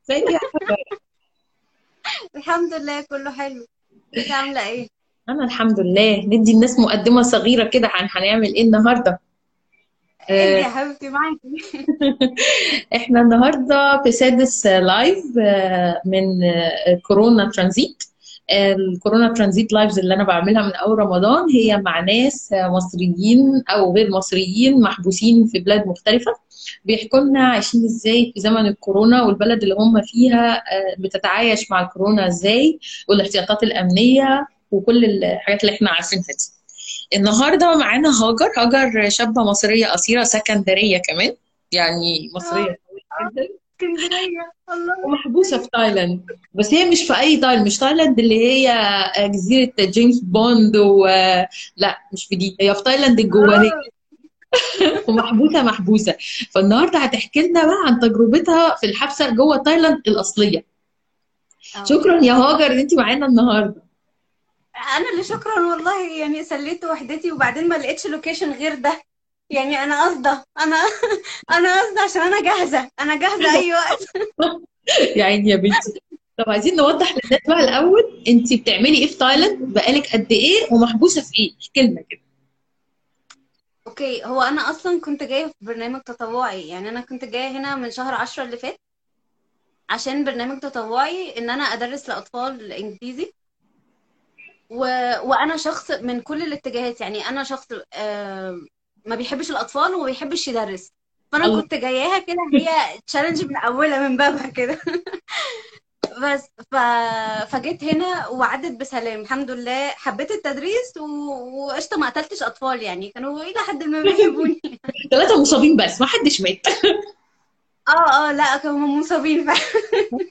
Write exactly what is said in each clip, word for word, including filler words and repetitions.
ازيك يا حبيبي؟ الحمد لله كله حلو. انت عامله ايه؟ انا الحمد لله. ندي الناس مقدمة صغيرة كده عن هنعمل ايه النهاردة. ادي آه، يا حبيبتي معاكي. احنا النهاردة في سادس لايف آه، من آه، كورونا ترانزيت. آه، الكورونا ترانزيت لايفز اللي انا بعملها من اول رمضان هي مع ناس آه، مصريين او غير مصريين محبوسين في بلاد مختلفة، بيحكوا لنا عايشين ازاي في زمن الكورونا، والبلد اللي هم فيها آه، بتتعايش مع الكورونا ازاي، والاحتياطات الامنية وكل الحاجات اللي احنا عارفينها دي. النهارده معانا هاجر. هاجر شابة مصرية أصيلة سكندرية كمان، يعني اه. مصرية اه. جدا، اسكندريه الله. ومحبوسة ايوه. في تايلاند. بس هي مش في أي تايلاند، مش تايلاند اللي هي جزيرة جيمس بوند و... لا مش في دي، هي في تايلاند الجوانية. اه. ومحبوسة محبوسة. فالنهارده هتحكي لنا بقى عن تجربتها في الحبسة جوه تايلاند الأصلية. اه. شكرا يا هاجر ان انت معانا النهارده. انا اللي شكرا والله، يعني سليت وحدتي وبعدين ما لقيتش لوكيشن غير ده. يعني انا قصده انا انا قصده عشان انا جاهزه، انا جاهزه اي وقت. يا عيني يا بنتي. طب عايزين نوضح للناس بقى الاول، انت بتعملي ايه في تايلاند؟ بقالك قد ايه ومحبوسه في ايه؟ احكي لنا كده. اوكي، هو انا اصلا كنت جايه في برنامج تطوعي، يعني انا كنت جايه هنا من شهر عشرة اللي فات عشان برنامج تطوعي ان انا ادرس لاطفال انجليزي. و... وانا شخص من كل الاتجاهات، يعني انا شخص آه، ما بيحبش الاطفال وما بيحبش يدرس. فانا الله. كنت جاياها كده، هي تشالنج من اولها من بابها كده. بس ف... فجيت هنا وعدت بسلام الحمد لله، حبيت التدريس و... وقشطه، ما قتلتش اطفال، يعني كانوا الى حد ما بيحبوني. ثلاثه مصابين بس ما حدش مات. اه اه، لا كانوا مصابين فعلا.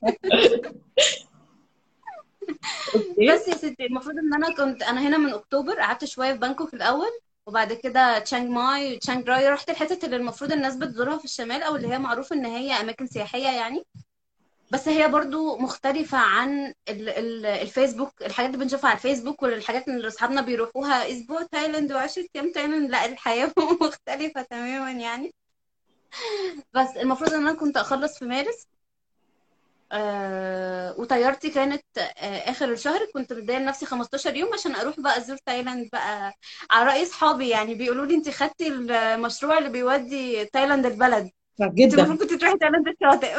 اوكي. بس يا ستي، المفروض ان انا كنت انا هنا من اكتوبر، قعدت شويه في بانكوك الاول، وبعد كده تشانج ماي تشانج راي، رحت الحتت اللي المفروض الناس بتزورها في الشمال او اللي هي معروف ان هي اماكن سياحيه يعني. بس هي برضو مختلفه عن ال ال الفيسبوك، الحاجات اللي بنشوفها على الفيسبوك والحاجات اللي اصحابنا بيروحوها اسبوع تايلاند وعشرة ايام تايلاند. لا، الحياه مختلفه تماما يعني. بس المفروض ان انا كنت اخلص في مارس. آه وطيارتي كانت آه اخر الشهر، كنت مديه لنفسي خمستاشر يوم عشان اروح بقى ازور تايلاند بقى. على رأي صحابي يعني بيقولوا لي انت خدتي المشروع اللي بيودي تايلاند البلد، انت جدا. المفروض كنت تروحي تايلاند الشاطئ.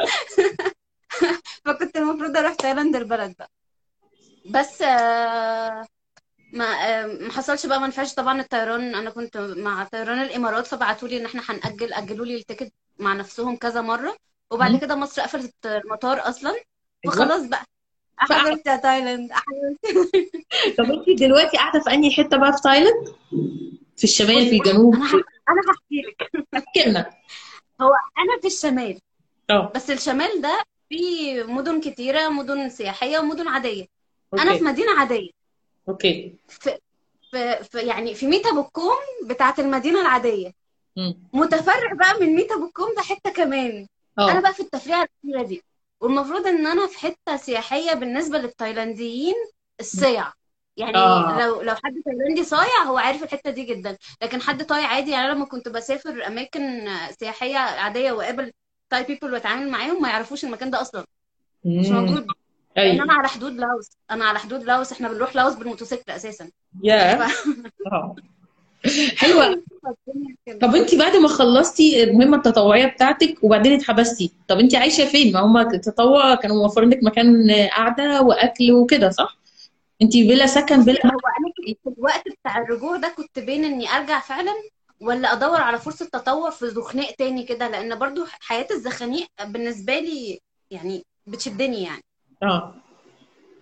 فكنت المفروض اروح تايلاند البلد بقى. بس آه ما آه ما حصلش بقى، ما نفعش طبعا الطيران، انا كنت مع طيران الامارات فبعتوا لي ان احنا هنأجل، اجلوا لي التيكت مع نفسهم كذا مرة. وبعد مم. كده مصر قفلت المطار اصلا. ايوه. فخلاص بقى، فقعد. حبيبتي يا تايلاند حبيبتي. طب انت دلوقتي قاعده في انهي حته بقى في تايلاند؟ في الشمال، في بصي، الجنوب، انا ح... في... انا هحكي لك. احكي لنا. هو انا في الشمال، اه. بس الشمال ده فيه مدن كتيره، مدن سياحيه ومدن عاديه. انا في اوكي. مدينه عاديه، اوكي. في, في, في يعني في ميتا بوكوم بتاعه المدينه العاديه. مم. متفرع بقى من ميتا بوكوم ده حته كمان. انا اه. بقى في التفريعه الاخيره دي، والمفروض ان انا في حته سياحيه بالنسبه للتايلانديين الصيع. يعني اه. لو لو حد تايلاندي صايع هو عارف الحته دي جدا، لكن حد طايع عادي، يعني أنا لما كنت بسافر اماكن سياحيه عاديه واقابل تاي بيبل واتعامل معاهم ما يعرفوش المكان ده اصلا، مش امم. موجود. لان انا ايوه. على حدود لاوس، انا على حدود لاوس، احنا بنروح لاوس بالموتوسيكل اساسا. ف... يا. اه. حلوه. فالدنيا كده. طب انت بعد ما خلصتي المهمه التطوعيه بتاعتك وبعدين اتحبستي، طب انت عايشه فين؟ ما هم التطوع كانوا موفرين لك مكان قعده واكل وكده صح؟ انت بلا سكن بلا بصي، مكان. هو انا كنت في الوقت بتاع الرجوع ده كنت بين اني ارجع فعلا ولا ادور على فرصه تطوع في زخناق تاني كده، لان برضو حياه الزخانيق بالنسبه لي يعني بتشدني يعني. اه. ف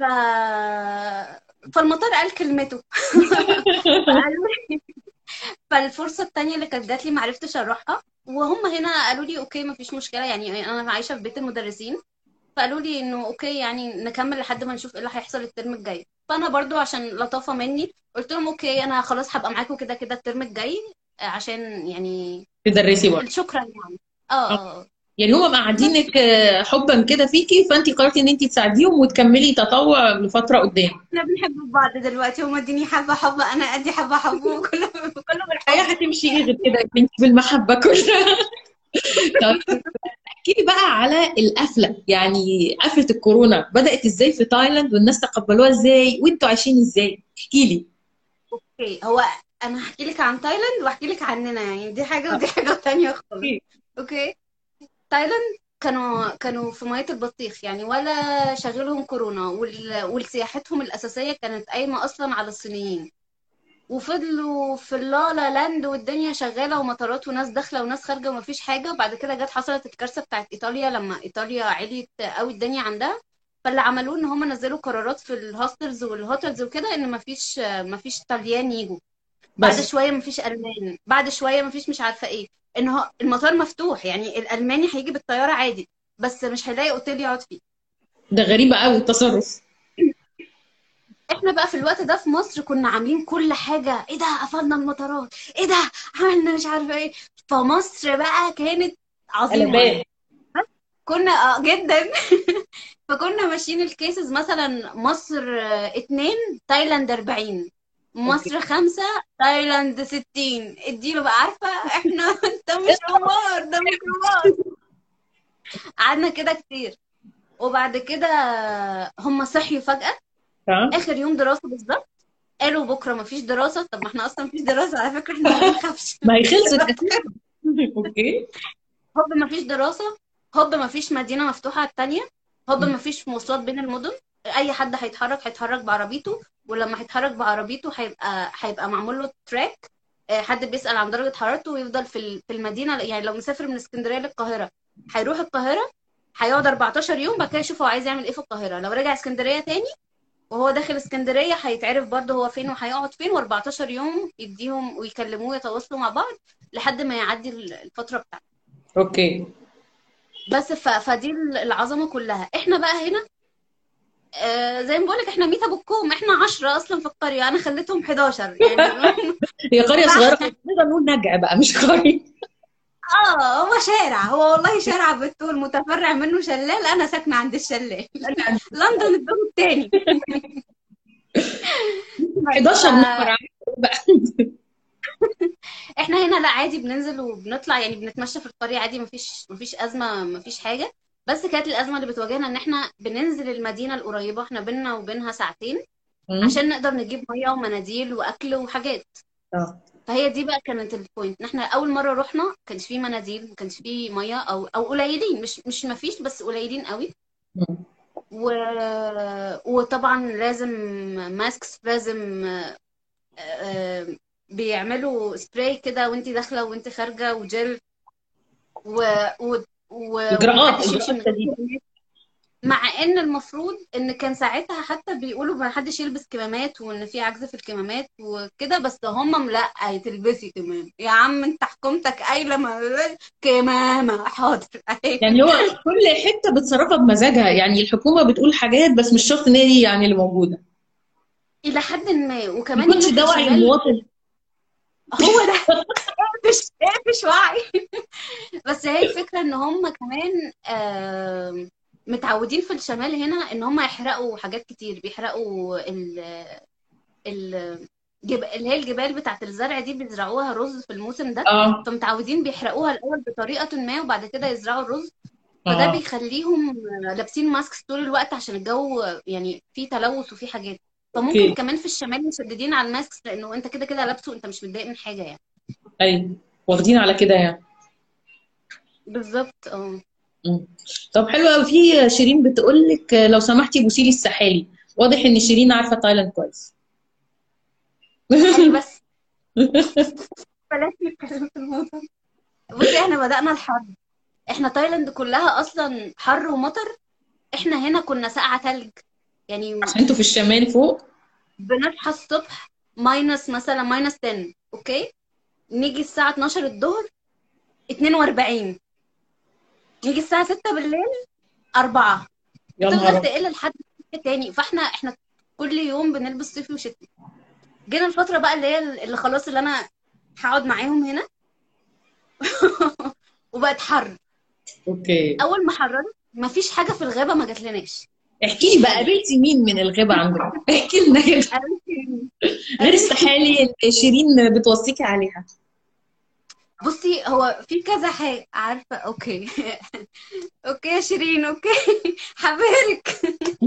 فالمطار قال كلمته. فقالوا لي، فالفرصه التانيه اللي كانت جات لي ما عرفتش اروحها، وهم هنا قالوا لي اوكي مفيش مشكله، يعني انا عايشه في بيت المدرسين، فقالوا لي انه اوكي يعني نكمل لحد ما نشوف ايه اللي هيحصل الترم الجاي. فانا برضو عشان لطافه مني قلت لهم اوكي انا خلاص هبقى معاكم كده كده الترم الجاي، عشان يعني تدرسي برضه. شكرا يعني. اه اه. اه آه. يعني هم بس مقعدينك آه، حبا كده فيكي، فانت قررتي ان انت تساعديهم وتكملي تطوع لفتره قدام. احنا بنحب بعض دلوقتي، هم اديني حبه حبه، انا ادي حبه حبه، وكله كله الحياه بالحب. هتمشي ايه غير كده يا بنتي؟ بالمحبه كلها. طيب. احكي لي بقى على القفله، يعني قفله الكورونا بدات ازاي في تايلاند والناس تقبلوها ازاي وانتوا عايشين ازاي؟ احكي لي. اوكي، هو انا هحكي لك عن تايلاند واحكي لك عننا، يعني دي حاجه ودي حاجه تانية خالص. احكي. اوكي. تايلاند كانوا كانوا في ميه البطيخ يعني، ولا شاغلهم كورونا، وال... والسياحتهم الاساسيه كانت قايمه اصلا على الصينيين، وفضلوا في اللالا لاند والدنيا شغاله ومطارات وناس داخله وناس خارجه ومفيش حاجه. وبعد كده جت حصلت الكارثه بتاعت ايطاليا، لما ايطاليا عليت قوي الدنيا عندها. فاللي عملوه ان هم نزلوا قرارات في الهوستلز والهوتلز وكده ان مفيش مفيش طليان يجوا. بعد بس شويه مفيش المان، بعد شويه مفيش مش عارفه ايه، ان هو المطار مفتوح يعني الالماني هيجي بالطياره عادي، بس مش هيلاقي اوتيل يقعد فيه. ده غريبه قوي التصرف. احنا بقى في الوقت ده في مصر كنا عاملين كل حاجه، ايه ده قفلنا المطارات، ايه ده عملنا مش عارفه ايه. فمصر بقى كانت عظيمه يعني. قلبان. كنا اه جدا. فكنا ماشيين الكيسز، مثلا مصر آه، اتنين، تايلاند اربعين، اوكي. مصر خمسة، تايلاند ستين. اديله بقى، عارفة احنا انت مش قمار، ده مش قمار. قعدنا كده كتير. وبعد كده هم صحيوا فجأة ها. اخر يوم دراسة بالظبط، قالوا بكرة مفيش دراسة. طب ما احنا اصلا مفيش دراسة على فكرة، احنا ما بنخافش. ما هي خلصت اساسا. اوكي. هوب مفيش دراسة، هوب مفيش مدينة مفتوحة على التانية، هوب مفيش مواصلات بين المدن. أي حد هيتحرك هيتحرك بعربيته، ولما هيتحرك بعربيته هيبقى هيبقى معمول له تراك. آه، حد بيسأل عن درجة حرارته ويفضل في ال- في المدينة. يعني لو مسافر من اسكندرية للقاهرة، هيروح القاهرة، هيقعد اربعتاشر يوم، بعد كده يشوف هو عايز يعمل ايه في القاهرة. لو رجع اسكندرية تاني وهو داخل اسكندرية، هيتعرف برضه هو فين وهيقعد فين، و14 يوم يديهم ويكلموه يتواصلوا مع بعض لحد ما يعدي الفترة بتاعته. اوكي. بس ف... فدي العظمه كلها. احنا بقى هنا آه زي ما بقولك احنا ميتا بالكوم، احنا عشرة اصلا في القريه، انا خليتهم حداشر يعني. هي قريه ف... صغيره، نقدر نقول نجع بقى مش قريه. اه هو شارع، هو والله شارع بالطول متفرع منه شلال، انا ساكنه عند الشلال. لندن الدور الثاني. بس ف... حداشر نفر عارف بقى. احنا هنا لا عادي بننزل وبنطلع، يعني بنتمشى في القريه عادي، مفيش مفيش ازمه مفيش حاجه. بس كانت الازمه اللي بتواجهنا ان احنا بننزل المدينه القريبه، احنا بينا وبينها ساعتين أمم. عشان نقدر نجيب ميه ومناديل واكل وحاجات. اه. فهي دي بقى كانت البوينت، ان احنا اول مره رحنا ما كانش فيه مناديل، ما كانش فيه ميه، او او قليلين، مش مش ما فيش بس قليلين قوي. أمم. و... وطبعا لازم ماسكس، لازم آه، بيعملوا سبراي كده وانت داخله وانت خارجه، وجل، و... و... و... اجراءات ومحدش اجراءات يمشي من شديده. غير. مع ان المفروض ان كان ساعتها حتى بيقولوا ما حدش يلبس كمامات، وان في عجز في الكمامات وكده، بس هم لا تلبسي كمام يا عم، انت حكومتك قايله ما كمامه حاضر اهي. يعني هو كل حته بتصرفها بمزاجها، يعني الحكومه بتقول حاجات بس مش شرط ان هي يعني اللي موجوده. الى حد ما. ما وكمان يكونش هنا في ده وعي الشمال المواطن. هو ده. مش مش وعي. بس هي الفكره ان هم كمان آم، متعودين في الشمال هنا ان هم يحرقوا حاجات كتير، بيحرقوا ال ال جب... اللي هي الجبال بتاعت الزرع دي، بيزرعوها رز في الموسم ده. اه. فمتعودين بيحرقوها الأول بطريقة ما، وبعد كده يزرعوا الرز. فده اه. بيخليهم لابسين ماسك طول الوقت عشان الجو يعني فيه تلوث وفيه حاجات. فممكن اوكي. كمان في الشمال مشددين على الماسك، لأنه أنت كده كده لابسه، أنت مش متضايق من حاجة يعني. ايوه، واخدين على كده يعني. بالظبط اه. مم. طب حلو قوي. في شيرين بتقول لك لو سمحتي بوسي لي السحالي. واضح ان شيرين عارفه تايلاند كويس. سحالي بس، بلاش نتكلم في الموضوع. بصي احنا بدأنا الحر، احنا تايلاند كلها أصلا حر ومطر. احنا هنا كنا ساقعة تلج يعني. عشان انتوا في الشمال فوق. بنصحى الصبح ماينس، مثلا ماينس عشرة، اوكي، نيجي الساعة اتناشر الظهر اتنين واربعين، نيجي الساعة ستة بالليل اربعة، يا تفضل نهار تقل لحد تاني. فاحنا احنا كل يوم بنلبس صيفي وشتوي. جينا الفترة بقى اللي هي اللي خلاص اللي انا هقعد معاهم هنا. وبقت حر. اوكي. اول ما حررت مفيش حاجة في الغابة ما جاتلناش، احكي مفيش لي بقى، حاجة. قابلتي مين من الغابه عندك؟ احكي لنا كده. قابلت غير قابلت السحالي اللي شيرين بتوصيكي عليها. بصي هو في كذا حاجه عارفه. اوكي. اوكي يا شيرين، اوكي. حبارك.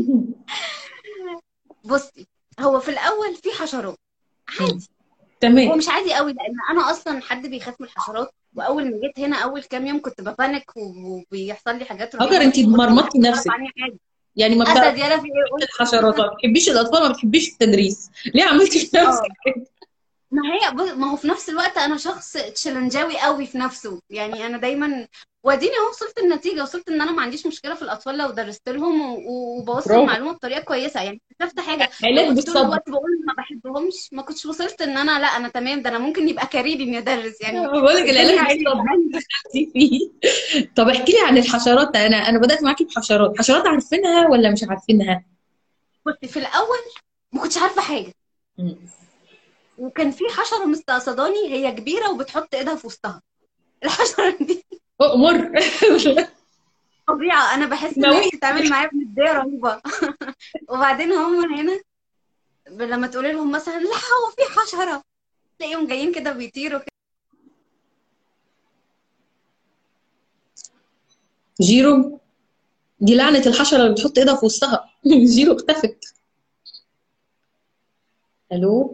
بصي، هو في الاول في حشرات مم. عادي. هو تمام. مش عادي قوي لان انا اصلا حد بيخاف من الحشرات، واول ما جيت هنا اول كام يوم كنت ببانك وبيحصل لي حاجات هاجر رهيبه، انت قلت ما مرمطتي حدش يعرف نفسك، عني حاجه. يعني ما اسد بتعرفيش يالا في ايه قلت. الحشرات، ما بتحبيش الاطفال، ما بتحبيش التدريس، ليه عملتي في نفسك اه، كده؟ ما هي بص- ما هو في نفس الوقت انا شخص تشالنجاوي قوي في نفسه، يعني انا دايما واديني اهو وصلت النتيجه، وصلت ان انا ما عنديش مشكله في الاطفال لو درست لهم و- وبوصل برافو. معلومه بطريقه كويسه. يعني اكتشفت حاجه، لو علاج كنت طول بالصبر. الوقت بقول ما بحبهمش ما كنتش وصلت ان انا لا انا تمام، ده انا ممكن يبقى كاريري اني ادرس يعني. بقول لك العلاج الدنيا عليت بالصبر عندي. دخلتي فيه. طب احكي لي عن الحشرات، انا انا بدات معاكي بحشرات، حشرات عارفينها ولا مش عارفينها؟ كنت في الاول ما كنتش عارفه حاجه، مم. وكان في حشره مستقصداني، هي كبيره وبتحط ايدها في وسطها. الحشره دي مر. فظيعه، انا بحس ان هي ناوي. بتتعامل معايا بنديه رهيبه. وبعدين هم هنا لما تقولي لهم مثلا لا هو في حشره، تلاقيهم جايين كده بيطيروا كده. جيرو، دي لعنة الحشرة اللي بتحط ايدها في وسطها. جيرو اختفت. الو.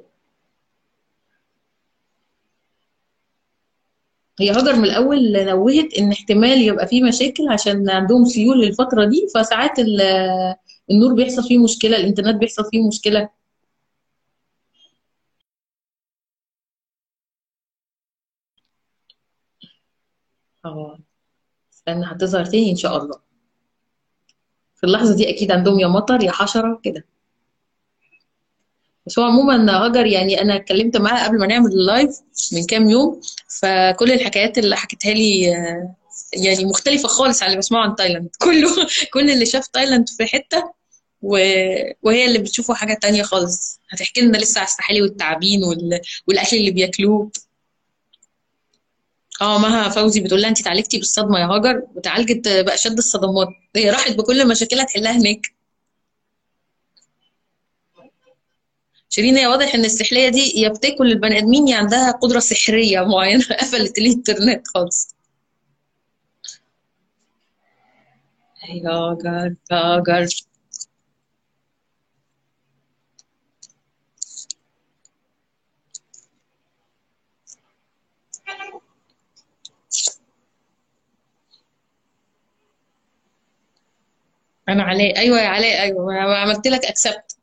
هي هاجر من الاول نوهت ان احتمال يبقى في مشاكل عشان عندهم سيول الفترة دي، فساعات ال- النور بيحصل فيه مشكلة، الانترنت بيحصل فيه مشكلة. اه، استنى هتظهر تاني ان شاء الله. في اللحظة دي اكيد عندهم يا مطر يا حشرة كده. بس هو عموما هاجر، يعني انا اتكلمت معاها قبل ما نعمل اللايف من كام يوم، فكل الحكايات اللي حكتها لي آه، يعني مختلفة خالص عن اللي بسمعه عن تايلاند. كله كل اللي شاف تايلاند في حتة و... وهي اللي بتشوفه حاجة تانية خالص. هتحكي لنا لسه على السحالي والتعابين وال... والأكل اللي بياكلوه. اه، مها فوزي بتقول لها انت اتعالجتي بالصدمة يا هاجر، وتعالجت بأشد الصدمات، هي راحت بكل مشاكلها تحلها هناك. شيرين، هي واضح ان السحلية دي يا بتاكل البني ادمين يا عندها قدرة سحرية معينة. قفلت الانترنت خالص. يا هاجر يا هاجر. انا علاء، ايوه يا علاء، ايوه أنا عملت لك اكسبت.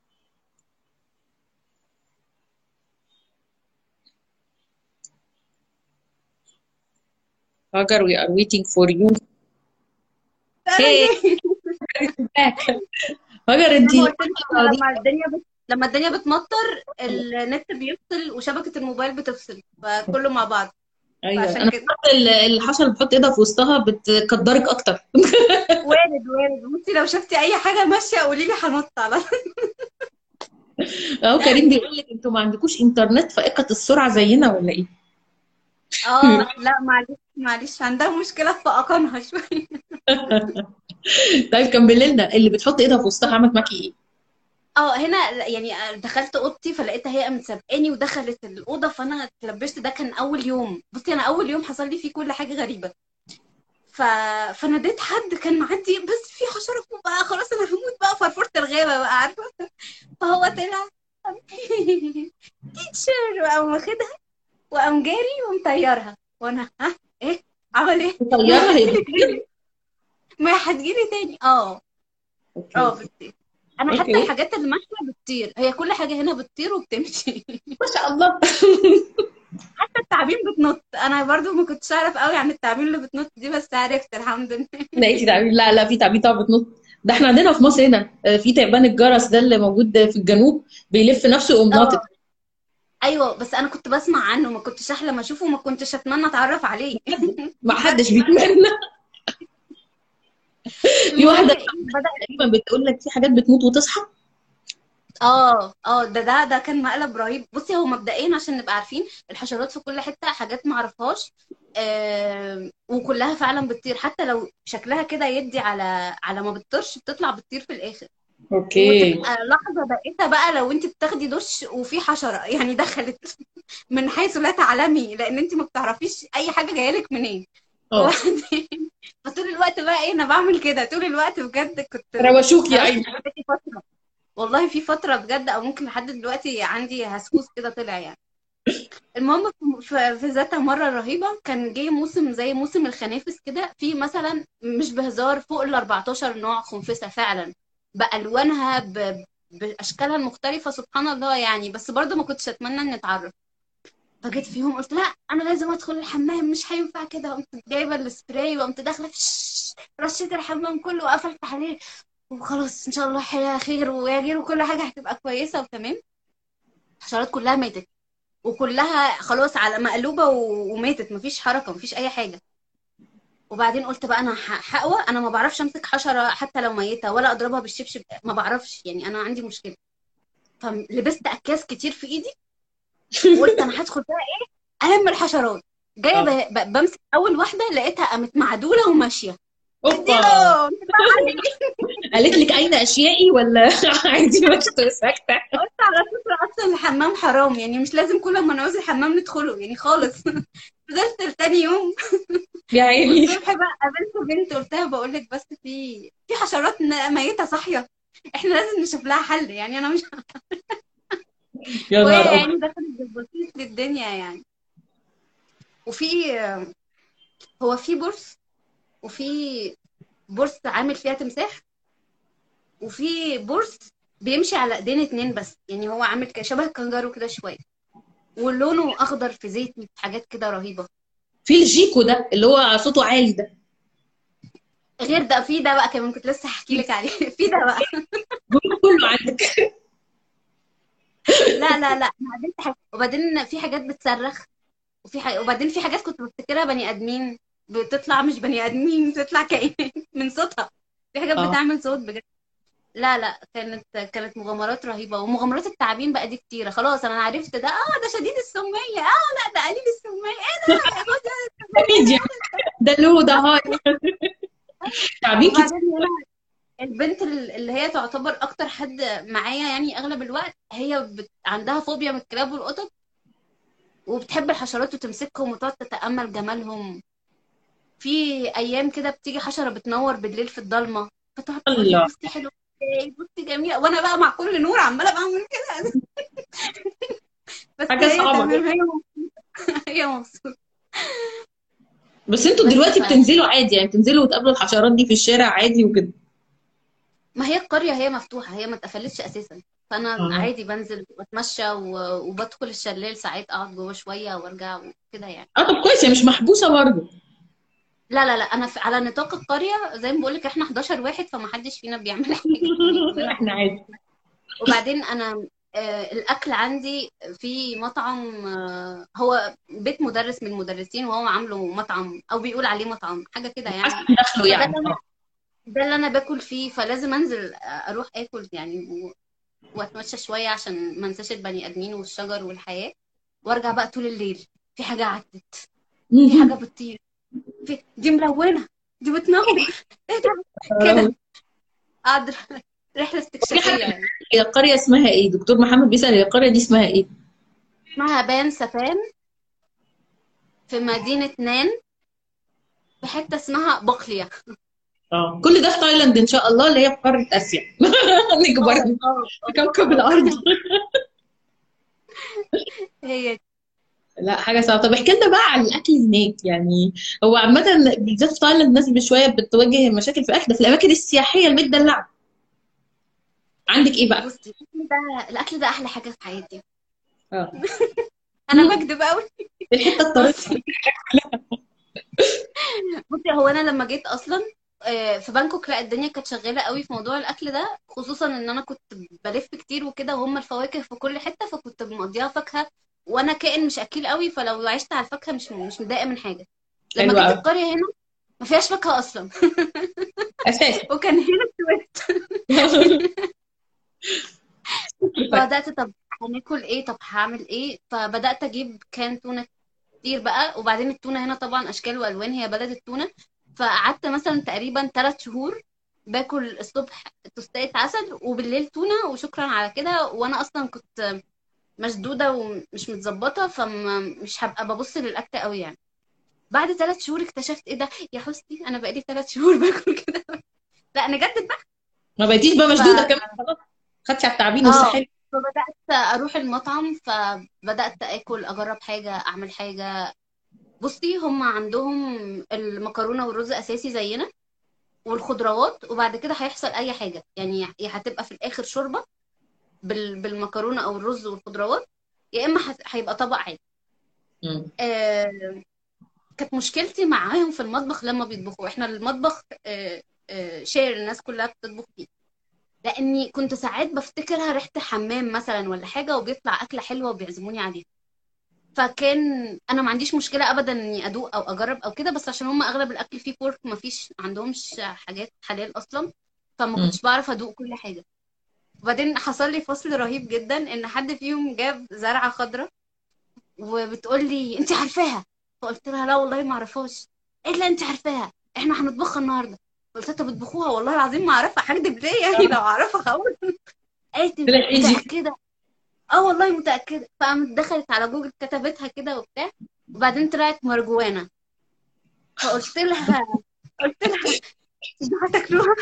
هاجر we are waiting for you. انا hey جاي. back. هاجر زي انت ما قلت لك الفترة احنا دي. لما الدنيا بت... لما الدنيا بتمطر النت بيفصل وشبكة الموبايل بتفصل، فكله مع بعض. ايوه، فعشان انا كده فكرت ال- الحشره اللي بتحط ايدها في وسطها بتقدرك اكتر. وارد وارد. بصي لو شفتي اي حاجة ماشية قولي لي هنط على طول. اهو كريم بيقول لك انتوا ما عندكوش انترنت فائقة السرعة زينا ولا ايه؟ اه لا معلش معلش، عندها مشكلة في أقامها شوية. طيب كملي لنا، اللي بتحط ايدها في وسطها عملت معاكي ايه؟ اه هنا يعني دخلت اوضتي فلقيتها هي قامت سابقاني ودخلت الاوضه، فانا اتلبشت. ده كان اول يوم، بصي انا اول يوم حصل لي فيه كل حاجه غريبه. ف... فناديت حد كان معدي، بس في حشره فوق بقى، خلاص انا هموت بقى، فرفرت الغابه بقى عارفه. فهو طلع. تيتشر، وقام واخدها وقام جاري ومطيرها، وانا ها ايه عمل ايه؟ ما هي طيارة هي هتجيلي بتطير؟ تاني، ما هي هتجيلي تاني. اه اه اوكي. بتطير. انا اوكي، حتى الحاجات اللي ماشيه بتطير، هي كل حاجه هنا بتطير وبتمشي. ما شاء الله. حتى التعابين بتنط، انا برضو ما كنتش اعرف قوي عن التعابين اللي بتنط دي، بس عرفت الحمد لله. لقيتي تعبير؟ لا لا، في تعبير طبعا بتنط. ده احنا عندنا في مصر هنا آه، في تعبان الجرس ده اللي موجود في الجنوب، بيلف نفسه يقوم ناطط. اه ايوه، بس انا كنت بسمع عنه، ما كنتش احلم اشوفه، ما كنتش اتمنى اتعرف عليه. ما حدش بيتمنى. في المهم واحدة ايه بدأ. تقريبا بتقول لك في حاجات بتموت وتصحى. اه اه ده ده ده كان مقلب رهيب. بصي هو مبدئيا عشان نبقى عارفين الحشرات في كل حته، حاجات ما اعرفهاش. آه وكلها فعلا بتطير، حتى لو شكلها كده يدي على على ما بتطيرش بتطلع بتطير في الاخر. اوكي. وتبقى لحظه بائسه بقى لو انت بتاخدي دش وفي حشره يعني دخلت. من حيث لا تعلمي، لان انت ما بتعرفيش اي حاجه جايه لك منين. اه، وبعدين فطول الوقت بقى ايه، انا بعمل كده طول الوقت بجد. كنت روشوك يا هرشت عيني. شعري فتره، والله في فتره بجد، او ممكن لحد دلوقتي عندي هسوس كده طلع يعني. المهم في في- في ذات مرة رهيبة، كان جاي موسم زي موسم الخنافس كده، في مثلا مش بهزار فوق ال اربعتاشر نوع خنفسة فعلا، بألوانها ب... بأشكالها المختلفة، سبحان الله يعني. بس برضه ما كنتش أتمنى إن أتعرف. فجيت في يوم قلت لا، أنا لازم أدخل الحمام، مش هينفع كده. قمت جايبة السبراي وقمت داخلة فش، رشيت الحمام كله وقفلت عليه، وخلاص إن شاء الله حلا خير ويجي وكل حاجة هتبقى كويسة وتمام. الحشرات كلها ماتت، وكلها خلاص على مقلوبة و- وماتت، مفيش حركة مفيش أي حاجة. وبعدين قلت بقى أنا ح- حقوى، أنا ما بعرفش أمسك حشرة حتى لو ميتة، ولا أضربها بالشبشب، ما بعرفش يعني، أنا عندي مشكلة. فلبست أكياس كتير في إيدي، وقلت أنا هدخل بقى إيه، ألم الحشرات. جاية اه، ب- ب- بمسك أول واحدة لقيتها قامت معدولة وماشية. اوبا. اديله. قالت لك اين اشيائي ولا عادي مش ساكته؟ قلت على فكرة أصلا الحمام حرام يعني، مش لازم كل ما نعوز الحمام ندخله يعني خالص. فضلت تاني يوم يا عيني. والصبح بقى قابلت بنت، قلتها بقول لك بس في في حشرات ن- ميتة صاحية، احنا لازم نشوف لها حل يعني، انا مش. يا نهار وهي ابيض. يعني دخلت بالبسيط للدنيا يعني. وفي هو في بورس، وفي بورس عامل فيها تمساح، وفي بورس بيمشي على ايدين اتنين بس، يعني هو عامل كده شبه الكنجارو كده شوية، ولونه اخضر في زيتي، حاجات كده رهيبة. في الجيكو ده اللي هو صوته عالي ده؟ غير ده في ده بقى كمان كنت لسه هحكي لك عليه. في ده بقى. جوه كله عندك؟ لا لا لا، أنا قابلت حاجة. وبعدين في حاجات بتصرخ، وفي حاجة، وبعدين في حاجات كنت بفتكرها بني ادمين، بتطلع مش بني ادمين، بتطلع كائنات من صوتها. في حاجات اه، بتعمل صوت بجد. لا لا، كانت كانت مغامرات رهيبه. ومغامرات التعابين بقى دي كتيره. خلاص انا عرفت ده، اه ده شديد السميه، اه لا ده قليل السميه، ايه ده خد ميديا، السميه. ده له ده هاي. تعبين كتير. وبعدين هنا البنت ال- اللي هي تعتبر اكتر حد معايا يعني اغلب الوقت، هي بت... عندها فوبيا من الكلاب والقطط، وبتحب الحشرات وتمسكهم وتقعد تتأمل جمالهم. في ايام كده بتيجي حشره بتنور بالليل في الضلمه، فتقعد تقول لي الله، بصي حلوه ازاي، بصي جميله، وانا بقى مع كل نور عماله بعمل كده. بس حاجه هي صعبه تمام، جدا. هي مبسوطه. هي مبسوطه. بس انتوا بس دلوقتي ف بتنزلوا عادي يعني، بتنزلوا وتقابلوا الحشرات دي في الشارع عادي وكده؟ ما هي القريه هي مفتوحه، هي ما اتقفلتش اساسا، فانا اه، عادي بنزل واتمشى و... وبدخل الشلال ساعات، اقعد جوه شويه وارجع وكده يعني. اه، طب كويس يعني، مش محبوسه برضه. لا لا لا، انا في... على نطاق القريه زي ما بقول لك احنا حداشر واحد، فما حدش فينا بيعمل حاجه يعني، كلنا. احنا عادي. وبعدين انا آه، الاكل عندي في مطعم، آه، هو بيت مدرس من المدرسين وهو عامله مطعم، او بيقول عليه مطعم حاجه كده يعني. حسن دخله فده يعني، اللي انا اه. ده اللي انا باكل فيه، فلازم انزل آه، اروح اكل يعني و- واتمشى شويه عشان ما انساش البني ادمين والشجر والحياه، وارجع بقى طول الليل. في حاجه عدت، في حاجه بتطير، في دي ملونه، دي بتنور، ايه ده كده. قاعد رحله في حاجه، استكشافيه يعني. هي القريه اسمها ايه؟ دكتور محمد بيسأل هي القريه دي اسمها ايه؟ اسمها بان سفان، في مدينه نان، في حته اسمها بقليا. اه، كل ده في تايلاند ان شاء الله، اللي هي في قاره اسيا. اه نكبر اه في اه كوكب اه. الارض. هي لا، حاجه صعبه. طب احكي لنا بقى عن الاكل هناك يعني. هو عامه بالذات في تايلاند الناس بشويه بتواجه مشاكل في الاكل ده، في الاماكن السياحيه المتدلعه عندك ايه بقى؟ بصي، الاكل ده الاكل ده احلى حاجه في حياتي. اه. انا مم. بكدب قوي. الحته الطريه. بصي بصي هو انا لما جيت اصلا آه، في بانكوك، لا الدنيا كانت شغاله قوي في موضوع الاكل ده، خصوصا ان انا كنت بلف كتير وكده، وهم الفواكه في كل حته، فكنت مقضيها فاكهه. وانا كائن مش اكيل قوي، فلو عشت على الفاكهه مش مش متضايقه من حاجه. لما حلوه جيت قوي. القريه هنا ما فيهاش فاكهه اصلا. اساسي. وكان هنا التويست. فبدات طب هناكل ايه، طب هعمل ايه، فبدات اجيب كان تونه كتير بقى. وبعدين التونه هنا طبعا اشكال والوان، هي بلد التونه. فقعدت مثلا تقريبا ثلاث شهور باكل الصبح توستات عسل، وبالليل تونه، وشكرا على كده. وانا اصلا كنت مشدوده ومش متظبطه، فمش هبقى ببص للاكل قوي يعني. بعد ثلاث شهور اكتشفت ايه ده يا حسني، انا بقالي ثلاث شهور باكل كده. لا نجدد بقى. ما بقيتيش بقى ف مشدوده كمان خلاص، خدتي على التعابين اه والسحالي. فبدات اروح المطعم، فبدات اكل اجرب حاجه اعمل حاجه. بصي هم عندهم المكرونه والرز اساسي زينا، والخضروات، وبعد كده هيحصل اي حاجه يعني، يا هتبقى في الاخر شوربه بال... بالمكرونه او الرز والخضروات، يا اما هت- هيبقى طبق عادي. مم. آه... كانت مشكلتي معاهم في المطبخ لما بيطبخوا، احنا المطبخ آه... آه... شير، الناس كلها بتطبخ فيه، لاني كنت ساعات بفتكرها ريحه حمام مثلا ولا حاجه، وبيطلع اكله حلوه وبيعزموني عليها. فكان انا ما عنديش مشكله ابدا اني ادوق او اجرب او كده، بس عشان هم اغلب الاكل فيه بورك، ما فيش ما عندهمش حاجات حلال اصلا، فما مم. كنتش بعرف ادوق كل حاجه. وبعدين حصل لي فصل رهيب جدا، ان حد فيهم جاب زرعه خضراء وبتقول لي انت عارفاها، فقلت لها لا والله ما اعرفهاش. قالت لا انت عارفاها، احنا هنطبخها النهارده. قلت لها طب بتطبخوها؟ والله العظيم ما اعرفها، هكدب ليه يعني لو اعرفها خالص. قالت لي طلعت ايجي. متاكده؟ اه والله متاكده. فقامت دخلت على جوجل كتبتها كده وبتاع، وبعدين طلعت مرجوانه. فقلت لها قلت لها انتوا هتاكلوها؟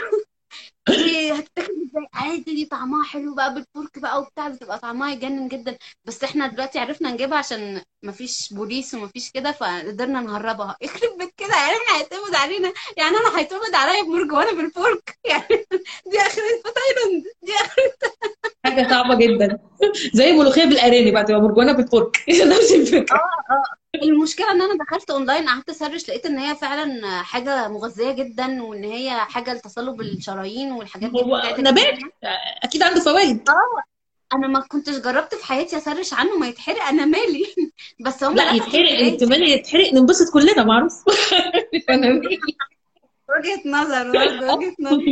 دي هتتاكل ازاي؟ عادي، دي طعمها حلو بقى بالبورك بقى وبتاع، بتبقى طعمها يجنن جدا، بس احنا دلوقتي عرفنا نجيبها عشان مفيش بوليس ومفيش كده، فقدرنا نهربها. يخرب بيت كده يعني، احنا هيعتمد علينا يعني، انا هيعتمد عليا بمرجوانه بالبورك يعني؟ دي اخرة تايلاند، دي اخرة. حاجه صعبه جدا. زي الملوخيه بالارانب بقى تبقى مرجونه بالترك نفس اه الفكره. اه المشكله ان انا دخلت اونلاين قعدت اسرش، لقيت ان هي فعلا حاجه مغذيه جدا، وان هي حاجه لتصلب الشرايين والحاجات دي هو بتساعد نبات، المناعه. اكيد عنده فوائد. اه انا ما كنتش جربت في حياتي اسرش عنه، ما يتحرق انا مالي. بس هم لا لفتوا يتحرق، انتباهي. الاحتمال يتحرق ننبسط كلنا معروف. فانا مالي. وجهة نظر برضه، وجهة نظر.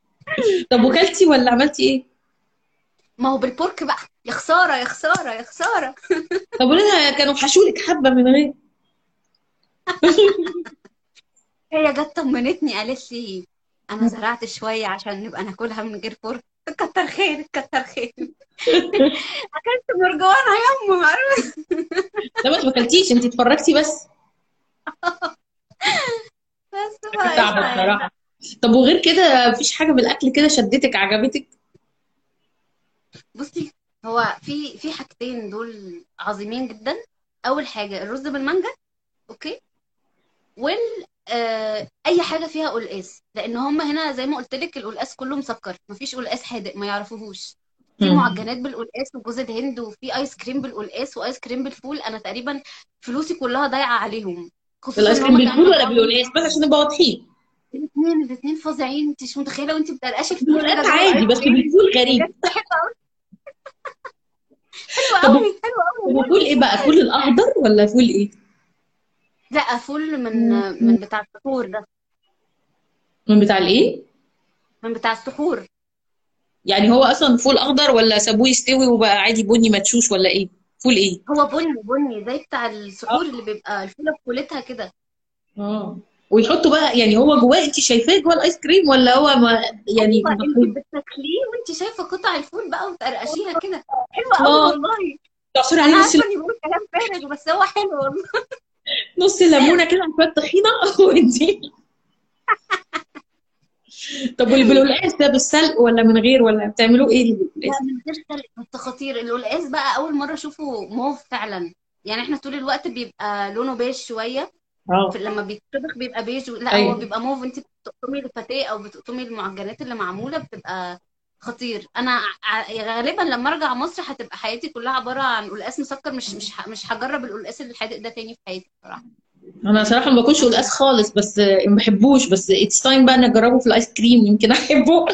طب وكلتي ولا عملتي ايه؟ ما هو بالبورك بقى، يا خساره يا خساره يا خساره. طب ولنا كانوا حشولك حبه من غير. هي جت طمنتني قالت لي انا زرعت شويه عشان نبقى ناكلها من غير بورك. كتر خير كتر خير. اكلت مرجوانه يا ام معروف. لا ما انت ما اكلتيش، انت اتفرجتي بس. بس حاجه بقى صعبه يعني. بصراحه. طب وغير كده مفيش حاجه بالاكل كده شدتك عجبتك؟ بصي، هو في في حاجتين دول عظيمين جدا. اول حاجه الرز بالمانجا، اوكي، وال آه اي حاجه فيها قلقاس، لان هم هنا زي ما قلت لك القلقاس كله مسكر، مفيش قلقاس حادق ما يعرفوهوش. في مم. معجنات بالقلقاس وجوز الهند، وفي ايس كريم بالقلقاس وايس كريم بالفول. انا تقريبا فلوسي كلها ضايعه عليهم، خصوصا الايس ان كريم هم كمان بالفول ولا مطعم. بالقلقاس بس عشان نبقى واضحين؟ الاثنين الاثنين فظيعين، انت مش متخيله وانت بتقرقشي الفول كده بالقلقاس جوه عادي الايس بس كريم. بالفول غريب. بجد حلو قوي، حلو طب قوي حلو طب قوي. وفول ايه بقى؟ فول الاخضر ولا فول ايه؟ لا فول من من بتاع السحور ده، من بتاع الايه؟ من بتاع السحور. يعني هو اصلا فول اخضر ولا سابوه يستوي وبقى عادي بني مدشوش ولا ايه؟ فول ايه؟ هو بني بني زي بتاع السحور اللي بيبقى الفوله بكولتها كده. اه. ويحطوا بقى يعني هو جواه، انت شايفاه جوه الايس كريم ولا هو ما يعني ايوه انت مفروض؟ بتاكليه وانت شايفه قطع الفول بقى وتقرقشيها كده، حلوه قوي اه. والله. تعصري عليه انا نص، عارفه اني بقول كلام فارغ بس هو حلو والله. نص ليمونه كده على شويه طحينه ودي. طب واللي بالقلقاس ده بالسلق ولا من غير، ولا بتعملوه ايه اللي لا بالقلقاس؟ من غير سلق، بس خطير. القلقاس بقى اول مره اشوفه موف فعلا، يعني احنا طول الوقت بيبقى لونه بيج شويه، اه. في لما بيتطبخ بيبقى بيج، لا هو ايوه. بيبقى موف. انت بتقطمي الباتيه او بتقطمي المعجنات اللي معموله بتبقى خطير. انا ع- غالبا لما ارجع مصر هتبقى حياتي كلها عباره عن قلقاس مسكر، مش مش ه- مش هجرب القلقاس الحادق ده تاني في حياتي بصراحه. انا صراحه ما باكلش قلقاس خالص، بس آه، ما بحبوش، بس اتس تايم بقى نجربه في الايس كريم يمكن احبه.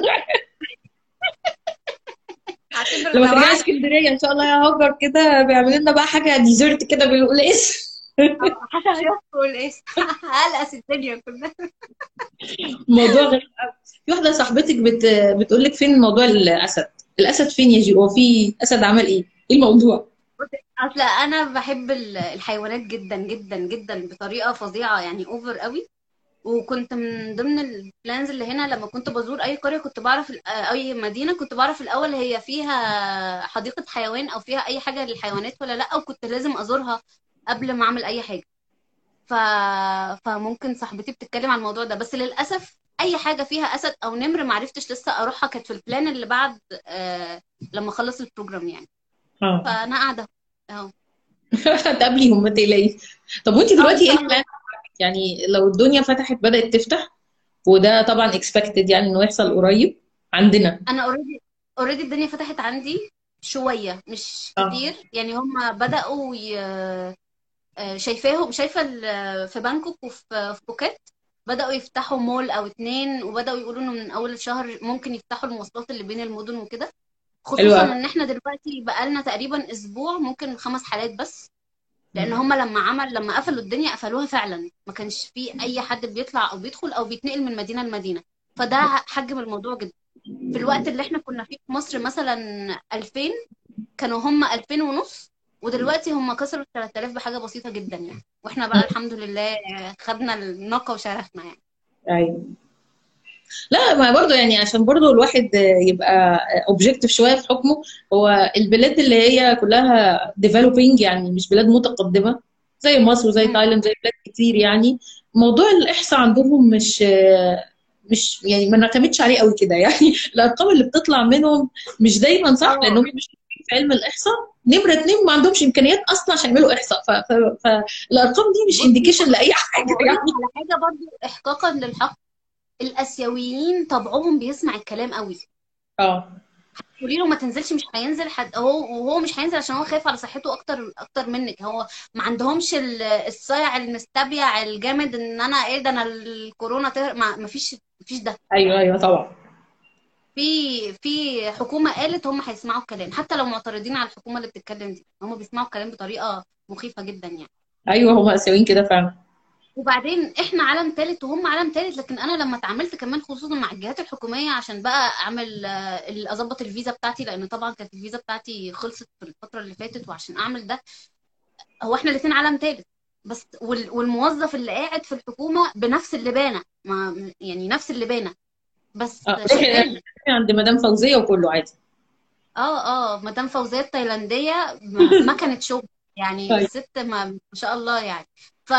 اعتبر لما ده ترجعي وعد. اسكندريه ان شاء الله يا هاجر كده بيعمل لنا بقى حاجه ديزرت كده بالقلقاس. هشغل قلقاس. هلقس الدنيا كلها. موضوع غريب قوي. في واحده صاحبتك بت... بتقول لك فين موضوع الاسد؟ الاسد فين يا جي؟ هو في اسد عمل ايه؟ ايه الموضوع؟ اصل انا بحب ال- الحيوانات جدا جدا جدا بطريقه فظيعه يعني، اوفر قوي. وكنت من ضمن البلانز اللي هنا لما كنت بزور اي قريه كنت بعرف ال- اي مدينه كنت بعرف الاول هي فيها حديقه حيوان او فيها اي حاجه للحيوانات ولا لا، وكنت لازم ازورها قبل ما اعمل اي حاجه. ف... فممكن صاحبتي بتتكلم عن الموضوع ده، بس للاسف اي حاجه فيها اسد او نمر ما عرفتش لسه اروحها، كانت في البلان اللي بعد آه لما اخلص البروجرام يعني. اه. فانا قاعده اهو. هتقابليهم ما تقلقيش. طب وانت اه ان دلوقتي ايه شاء البلان؟ الله. يعني لو الدنيا فتحت بدأت تفتح، وده طبعا اكسبكتد يعني انه يحصل قريب عندنا. انا اوريدي اوريدي الدنيا فتحت عندي شويه مش اه. كتير يعني. هم بداوا ي... آه، شايفاهم شايفه ال- في بانكوك وفي في بوكيت بداوا يفتحوا مول او اتنين، وبداوا يقولوا انه من اول الشهر ممكن يفتحوا المواصلات اللي بين المدن وكده. حلو خصوصا قوي. ان احنا دلوقتي بقالنا تقريبا اسبوع ممكن خمس حالات بس، لان هم لما عمل لما قفلوا الدنيا قفلوها فعلا، ما كانش في اي حد بيطلع او بيدخل او بيتنقل من مدينه لمدينه. فده حجم الموضوع جدا. في الوقت اللي احنا كنا فيه في مصر مثلا ألفين، كانوا هم ألفين ونص، ودلوقتي هم كسروا ثلاثة آلاف بحاجه بسيطه جدا يعني. واحنا بقى الحمد لله خدنا الناقه وشرفنا يعني. ايوه. لا ما برضه يعني عشان برضه الواحد يبقى اوبجكتيف شويه في حكمه. هو البلاد اللي هي كلها ديفلوبينج يعني مش بلاد متقدمه زي مصر وزي امم. تايلاند زي بلاد كتير يعني، موضوع الاحصاء عندهم مش مش يعني ما نعتمدش عليه قوي كده يعني. الارقام اللي بتطلع منهم مش دايما صح اه لانهم مش في علم الاحصاء. نمره اتنين ما عندهمش امكانيات اصلا عشان يعملوا احصاء، فالارقام دي مش بصي، انديكيشن لاي حاجه واقول لك يعني. على حاجه برضو احقاقا للحق، الاسيويين طبعهم بيسمع الكلام قوي. اه. قولي له ما تنزلش مش هينزل حد، هو وهو مش هينزل عشان هو خايف على صحته اكتر اكتر منك. هو ما عندهمش ال- الصيع المستبيع الجامد ان انا ايه ده انا الكورونا تهر... ما ما فيش ما فيش ده. ايوه ايوه طبعا. في في حكومة قالت هم هيسمعوا الكلام حتى لو معترضين على الحكومة اللي بتتكلم دي، هم بيسمعوا الكلام بطريقة مخيفة جدا يعني. ايوه هم اسيويين كده فعلا. وبعدين احنا عالم ثالث وهم عالم ثالث، لكن انا لما اتعاملت كمان خصوصا مع الجهات الحكوميه عشان بقى اعمل آه، اظبط الفيزا بتاعتي، لان طبعا كانت الفيزا بتاعتي خلصت في الفتره اللي فاتت، وعشان اعمل ده هو احنا الاثنين عالم ثالث. بس وال- والموظف اللي قاعد في الحكومه بنفس اللبانه، ما يعني نفس اللبانه بس اه روحي روحي شغال. عند مدام فوزيه وكله عادي. اه اه مدام فوزيه التايلانديه ما ما كانت شغل يعني طيب. الست ما ما شاء الله يعني. ف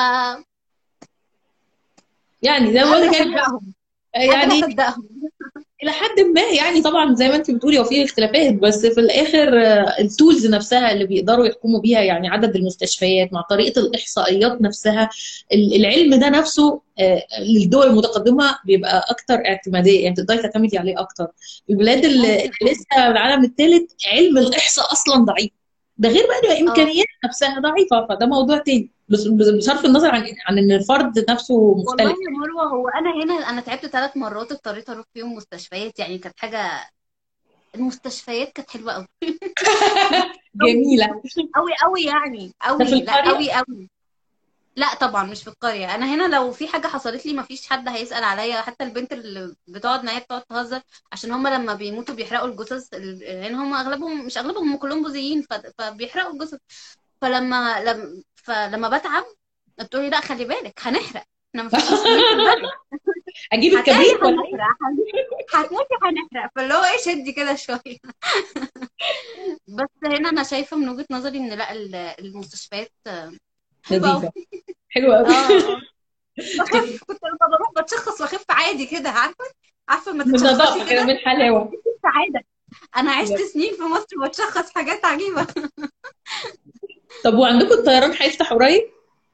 يعني زي ما بقول قادره لك يعني اصدقهم، قادره يعني اصدقهم. الى حد ما يعني طبعا زي ما انت بتقولي هو في اختلافات، بس في الاخر آه، التولز نفسها اللي بيقدروا يحكموا بيها يعني عدد المستشفيات مع طريقه الاحصائيات نفسها. ال- العلم ده نفسه آه، للدول المتقدمه بيبقى اكتر اعتماديه، يعني تقدري تعتمدي عليه اكتر. البلاد اللي ممكن. اللي لسه العالم الثالث علم الاحصاء اصلا ضعيف، ده غير بقى إن اه الامكانيات نفسها ضعيفه، فده موضوع تاني. بس بس- بصرف النظر عن عن ان الفرد نفسه والله مختلف. يا مروة، هو أنا هنا أنا تعبت ثلاث مرات اضطريت أروح فيهم مستشفيات، يعني كانت حاجة. المستشفيات كانت حلوة أوي أوي جميله. أوي أوي يعني ده في أوي لا القريه. أوي أوي. لا طبعا مش في القرية، أنا هنا لو في حاجة حصلت لي مفيش حد هيسأل عليا، حتى البنت اللي بتقعد معايا بتقعد تهزر عشان هما لما بيموتوا بيحرقوا الجثث ال- يعني هما أغلبهم مش أغلبهم هم كلهم بوذيين ف- فبيحرقوا الجثث. فلما لما فلما بتعب بتقولي لا خلي بالك هنحرق، احنا مفيش مسلمين في البلد. اجيب هتعي الكبريت ولا ايه؟ هنحرق، هتموتي هنحرق، فاللي هو ايه شدي كده شويه. بس هنا انا شايفه من وجهه نظري ان لا ال- المستشفيات حلوه قوي. نظيفه. حلوه قوي. اه اه بخف، كنت لما بروح بتشخص واخف عادي كده، عارفه عارفه لما من تتشخصي نظافه كده كده من حلاوه. سعاده. انا عشت سنين في مصر بتشخص حاجات عجيبه. طب وعندكم الطيران هيفتح قريب؟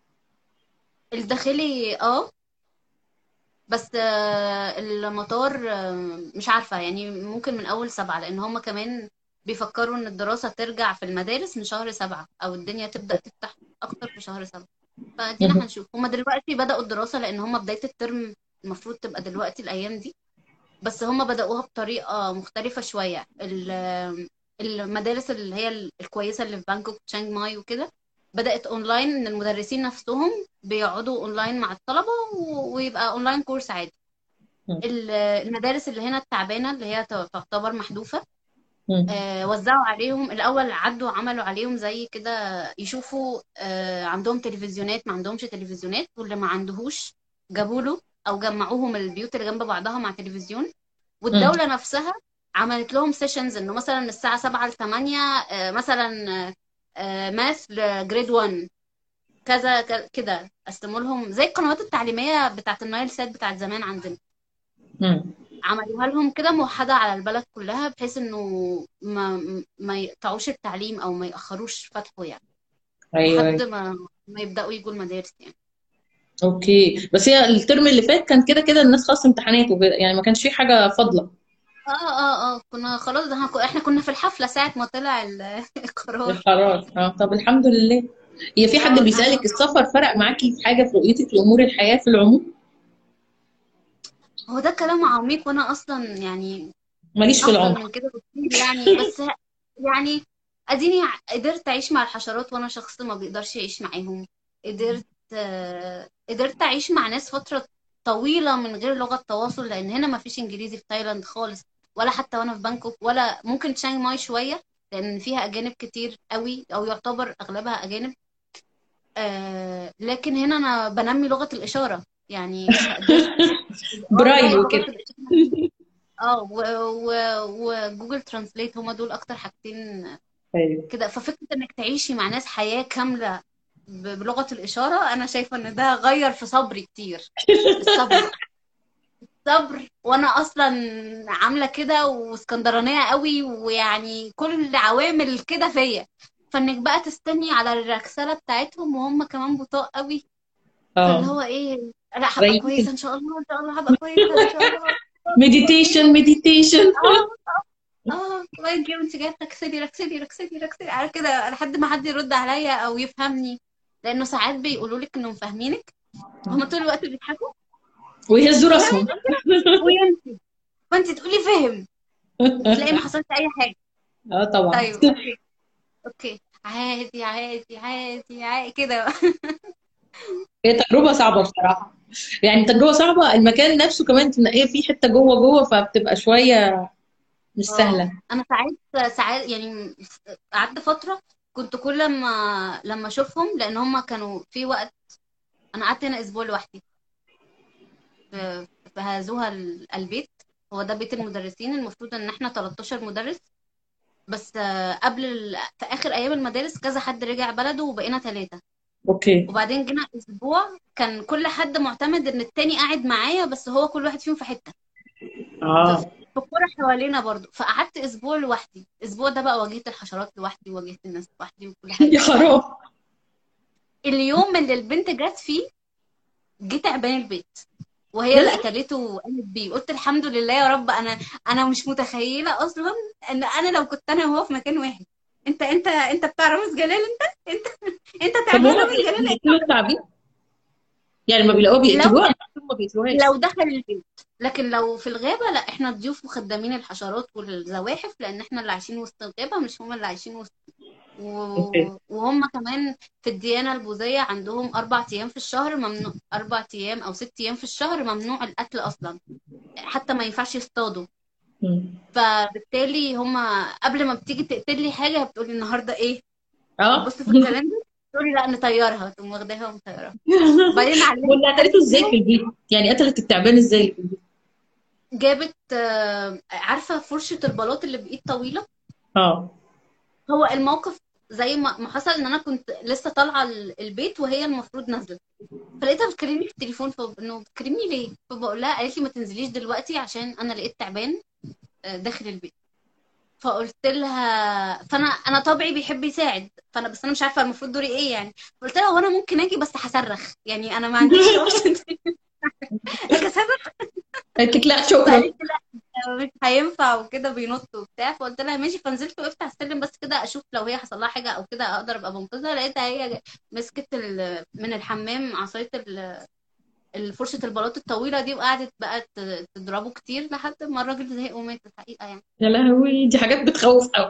الداخلي اه، بس آه، المطار آه، مش عارفة يعني ممكن من أول سبعة، لأن هما كمان بيفكروا إن الدراسة ترجع في المدارس من شهر سبعة، أو الدنيا تبدأ تفتح أكتر في شهر سبعة. فدينا مهم. هنشوف. هما دلوقتي بدأوا الدراسة لأن هما بداية الترم المفروض تبقى دلوقتي الأيام دي، بس هما بدأوها بطريقة مختلفة شوية. ال- المدارس اللي هي الكويسة اللي في بانكوك تشانج ماي وكده بدأت اونلاين، ان المدرسين نفسهم بيقعدوا اونلاين مع الطلبة و- ويبقى اونلاين كورس عادي. ال- المدارس اللي هنا التعبانة اللي هي تعتبر محذوفة مم. آه، وزعوا عليهم الأول، عدوا عملوا عليهم زي كده يشوفوا آه، عندهم تلفزيونات ما عندهمش تلفزيونات، واللي ما عندهوش جابوا له او جمعوهم البيوت اللي جنب بعضها مع تلفزيون، مم. والدوله نفسها عملت لهم سيشنز انه مثلا من الساعه سبعة ل ثمانية آه، مثلا ماث لجريد واحد كذا ك- كده، قسموا لهم زي القنوات التعليميه بتاعت النايل سات بتاعت زمان عندنا. مم. عملوها لهم كده موحده على البلد كلها، بحيث انه ما ما يقطعوش التعليم او ما ياخروش فتحه يعني، ايوه لحد ايوه. ما ما يبداوا يجوا المدارس يعني. اوكي، بس هي الترم اللي فات كان كده كده الناس خلاص امتحانات وكده، يعني ما كانش في حاجه فاضله. اه اه اه كنا خلاص، ده احنا احنا كنا في الحفله ساعه ما طلع ال- القرار. القرار، اه طب الحمد لله. هي في حد اه الحمد بيسالك لله. السفر فرق معاكي في حاجه في رؤيتك لامور الحياه في العموم؟ هو ده كلام عميق، وانا اصلا يعني ماليش في افضل العمق. من كده بكتير يعني، بس ه- يعني اديني ع- قدرت اعيش مع الحشرات وانا شخص ما بيقدرش يعيش معاهم. قدرت آه، قدرت اعيش مع ناس فترة طويلة من غير لغة تواصل، لان هنا ما فيش انجليزي في تايلاند خالص، ولا حتى وانا في بانكوك، ولا ممكن تشانج ماي شوية لان فيها اجانب كتير قوي، او يعتبر اغلبها اجانب. آه، لكن هنا انا بنمي لغة الاشارة يعني، فقدرت اه برايل لا لغة وكده. الاشارة. اه و- و- وجوجل ترانسليت هما دول اكتر حاجتين ايوه. كده. ففكرة انك تعيشي مع ناس حياة كاملة ب- بلغة الإشارة، أنا شايفة إن ده غير في صبري كتير. الصبر، صبر، وأنا أصلا عاملة كده واسكندرانية قوي، ويعني كل عوامل كده فيا، فإنك بقى تستني على الرسالة بتاعتهم وهم كمان بطاء قوي، فاللي اه. هو إيه، لا هبقى كويسة رايقين. إن شاء الله، إن شاء الله هبقى كويسة إن شاء الله. مديتيشن مديتيشن. اه اه واجي وانت جايه تكسدي ركسدي ركسدي ركسدي على كده لحد ما حد يرد عليا او يفهمني، لانه ساعات بيقولوا لك انهم فاهمينك، هما طول الوقت بيضحكوا ويهزوا فاهم، راسهم. وينسي، فانت تقولي فهم وتلاقي ما حصلش اي حاجه. اه طبعا. طيب اوكي، اوكي عادي عادي عادي عادي كده. هي تجربة صعبة بصراحة، يعني تجربة صعبة، المكان نفسه كمان تنقيه فيه حتة جوه جوه فبتبقى شوية مش اه سهلة. انا ساعات ساعات يعني قعدت فتره كنت كل ما لما اشوفهم، لان هما كانوا في وقت انا قعدت هنا اسبوع لوحدي في في هذوها ال- البيت. هو ده بيت المدرسين، المفروض ان احنا تلتاشر مدرس، بس آه، قبل ال... في اخر ايام المدارس كذا حد رجع بلده وبقينا ثلاثة. اوكي. وبعدين جينا اسبوع كان كل حد معتمد ان التاني قاعد معايا، بس هو كل واحد فيهم في حتة، في اه. في الكورة حوالينا برضو. فقعدت اسبوع لوحدي، الاسبوع ده بقى واجهت الحشرات لوحدي، وواجهت الناس لوحدي، وكل حاجة يا كانت لوحدي. خراب. اليوم اللي البنت جت فيه جه تعبان البيت، وهي اللي يلا. قتلته وقامت بيه. قلت الحمد لله يا رب، انا انا مش متخيله اصلا ان انا لو كنت انا وهو في مكان واحد. انت انت انت بتاع رامز جلال، انت انت انت طب تعبان هما رامز بي- جلال. بيقتلوا التعابين؟ يعني لما بيلاقوها لو بيقتلوها؟ ما بيقتلوهاش. لو دخل البيت، لكن لو في الغابه لا، احنا ضيوف وخدامين الحشرات والزواحف، لان احنا اللي عايشين وسط الغابه مش هم اللي عايشين وسط. اوكي. و- وهم كمان في الديانه البوذيه عندهم اربع ايام في الشهر ممنوع، اربع ايام او ست ايام في الشهر ممنوع الاكل اصلا، حتى ما ينفعش يصطادوا. مم. فبالتالي هما قبل ما بتيجي تقتلي حاجة بتقولي النهاردة ايه، اه. بتبص في الكالندر تقولي لا نطيرها، تقوم واخداها ومطيرها. وبعدين علمت ولا حد قتلته ازاي في فيهم، البيت؟ يعني قتلت التعبان ازاي في البيت؟ جابت آه، عارفة فرشة البلاط اللي بإيد طويلة. اه. هو الموقف زي ما ما حصل ان انا كنت لسه طالعة ال- البيت وهي المفروض نازلة، فلقيتها بتكلمني في التليفون، فانه بتكلمني ليه، فبقول لها، قالت لي ما تنزليش دلوقتي عشان انا لقيت تعبان آه، داخل البيت. فقلت لها، فانا انا طبعي بيحب يساعد، فانا بس انا مش عارفه المفروض دوري ايه يعني. قلت لها هو انا ممكن اجي بس هصرخ يعني، انا ما عنديش الاوبشن دي. اجي اصرخ. قالت لك لا شكرا؟ فقالت لي لا مش هينفع وكده بينط وبتاع. فقلت لها ماشي، فنزلت وقفت على السلم بس كده اشوف لو هي حصل لها حاجه او كده اقدر ابقى بنقذها. لقيتها هي مسكت ال- من الحمام عصايه ال- الفرشه البلاط الطويله دي، وقعدت بقى ت- تضربه كتير لحد ما الراجل زهق ومات الحقيقه يعني. يا لهوي، دي حاجات بتخوف قوي.